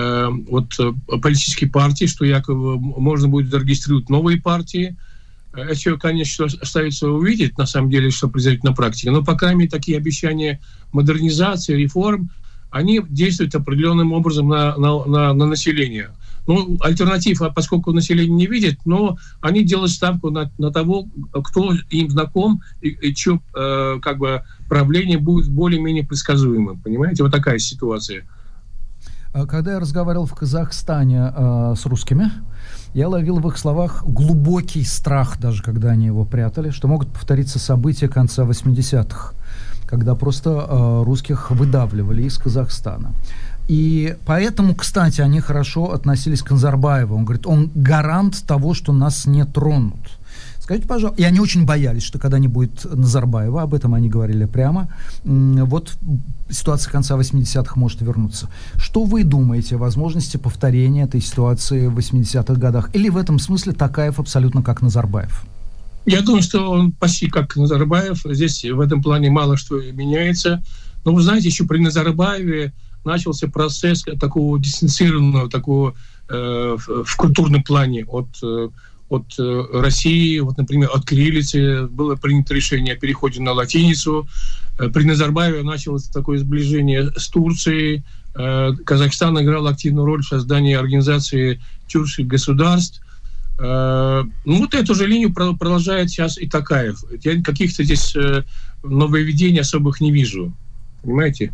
Speaker 9: политических партий, что якобы можно будет зарегистрировать новые партии. Это, конечно, остается увидеть, на самом деле, что произойдет на практике. Но, по крайней мере, такие обещания модернизации, реформ, они действуют определенным образом на население. Ну, альтернатив, поскольку население не видит, но они делают ставку на того, кто им знаком, и чье как бы правление будет более-менее предсказуемым. Понимаете? Вот такая ситуация.
Speaker 3: Когда я разговаривал в Казахстане с русскими, я ловил в их словах глубокий страх, даже когда они его прятали, что могут повториться события конца 80-х, когда просто русских выдавливали из Казахстана. И поэтому, кстати, они хорошо относились к Назарбаеву. Он говорит, он гарант того, что нас не тронут. Скажите, пожалуйста, и они очень боялись, что когда не будет Назарбаева, об этом они говорили прямо, вот ситуация конца 80-х может вернуться. Что вы думаете о возможности повторения этой ситуации в 80-х годах? Или в этом смысле Токаев абсолютно как Назарбаев?
Speaker 9: Я думаю, что он почти как Назарбаев. Здесь в этом плане мало что меняется. Но вы знаете, еще при Назарбаеве начался процесс такого дистанцированного, такого в культурном плане от России, вот, например, от кириллицы. Было принято решение о переходе на латиницу. При Назарбаеве началось такое сближение с Турцией. Казахстан играл активную роль в создании организации тюркских государств. Ну, вот эту же линию продолжает сейчас и Токаев. Я каких-то здесь нововведений особых не вижу. Понимаете?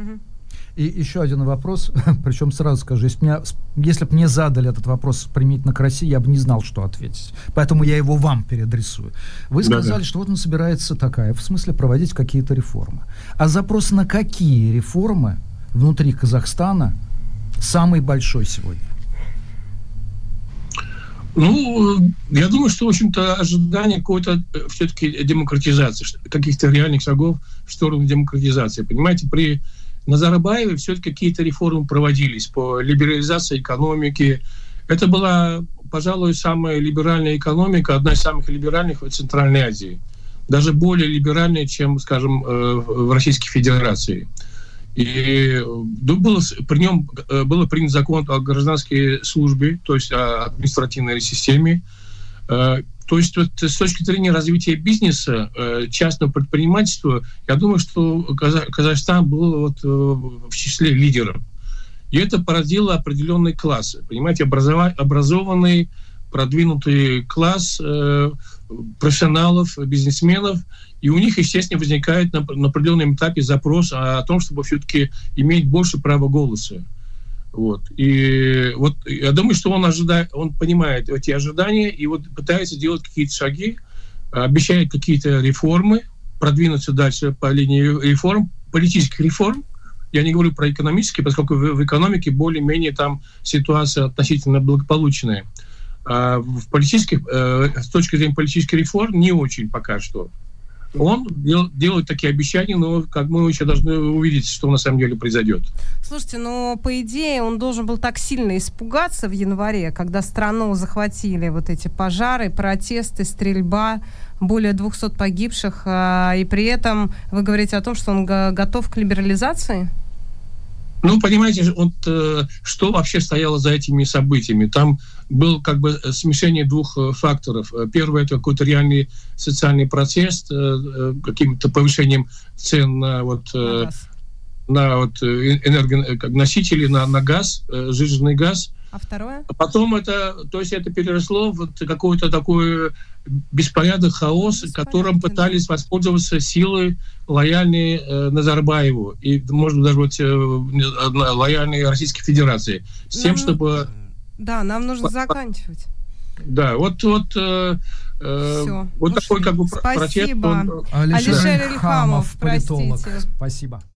Speaker 3: И еще один вопрос, причем сразу скажу, если бы мне задали этот вопрос применительно к России, я бы не знал, что ответить. Поэтому я его вам переадресую. Вы сказали, что вот он собирается Токаев, в смысле проводить какие-то реформы. А запрос на какие реформы внутри Казахстана самый большой сегодня?
Speaker 9: Ну, я думаю, что, в общем-то, ожидание какой-то все-таки демократизации, каких-то реальных шагов в сторону демократизации. Понимаете, при Назарбаеве все-таки какие-то реформы проводились по либерализации экономики. Это была, пожалуй, самая либеральная экономика, одна из самых либеральных в Центральной Азии. Даже более либеральная, чем, скажем, в Российской Федерации. И при нем был принят закон о гражданской службе, то есть о административной системе. То есть вот, с точки зрения развития бизнеса, частного предпринимательства, я думаю, что Казахстан был вот в числе лидеров. И это породило определенный класс. Понимаете, образованный, продвинутый класс профессионалов, бизнесменов. И у них, естественно, возникает на определенном этапе запрос о том, чтобы все-таки иметь больше права голоса. Вот. И вот я думаю, что он понимает эти ожидания и вот пытается делать какие-то шаги, обещает какие-то реформы, продвинуться дальше по линии реформ, политических реформ. Я не говорю про экономические, поскольку в экономике более-менее там ситуация относительно благополучная. А в политических, с точки зрения политических реформ, не очень пока что. Он делает такие обещания, но как мы еще должны увидеть, что на самом деле произойдет.
Speaker 2: Слушайте, но по идее он должен был так сильно испугаться в январе, когда страну захватили вот эти пожары, протесты, стрельба, более 200 погибших, и при этом вы говорите о том, что он готов к либерализации?
Speaker 9: Ну, понимаете, вот что вообще стояло за этими событиями? Там был как бы смешение двух факторов. Первый — это какой-то реальный социальный протест, каким-то повышением цен на энергоносители, на газ, сжиженный газ.
Speaker 2: А второе?
Speaker 9: А потом это переросло в какой-то такой беспорядок, хаос, которым пытались воспользоваться силы, лояльные Назарбаеву и, может быть, даже лояльные Российской Федерации. С тем, чтобы...
Speaker 2: Да, нам нужно заканчивать.
Speaker 9: Да, вот такой как бы протест.
Speaker 3: Алишер Ильхамов, политолог. Спасибо.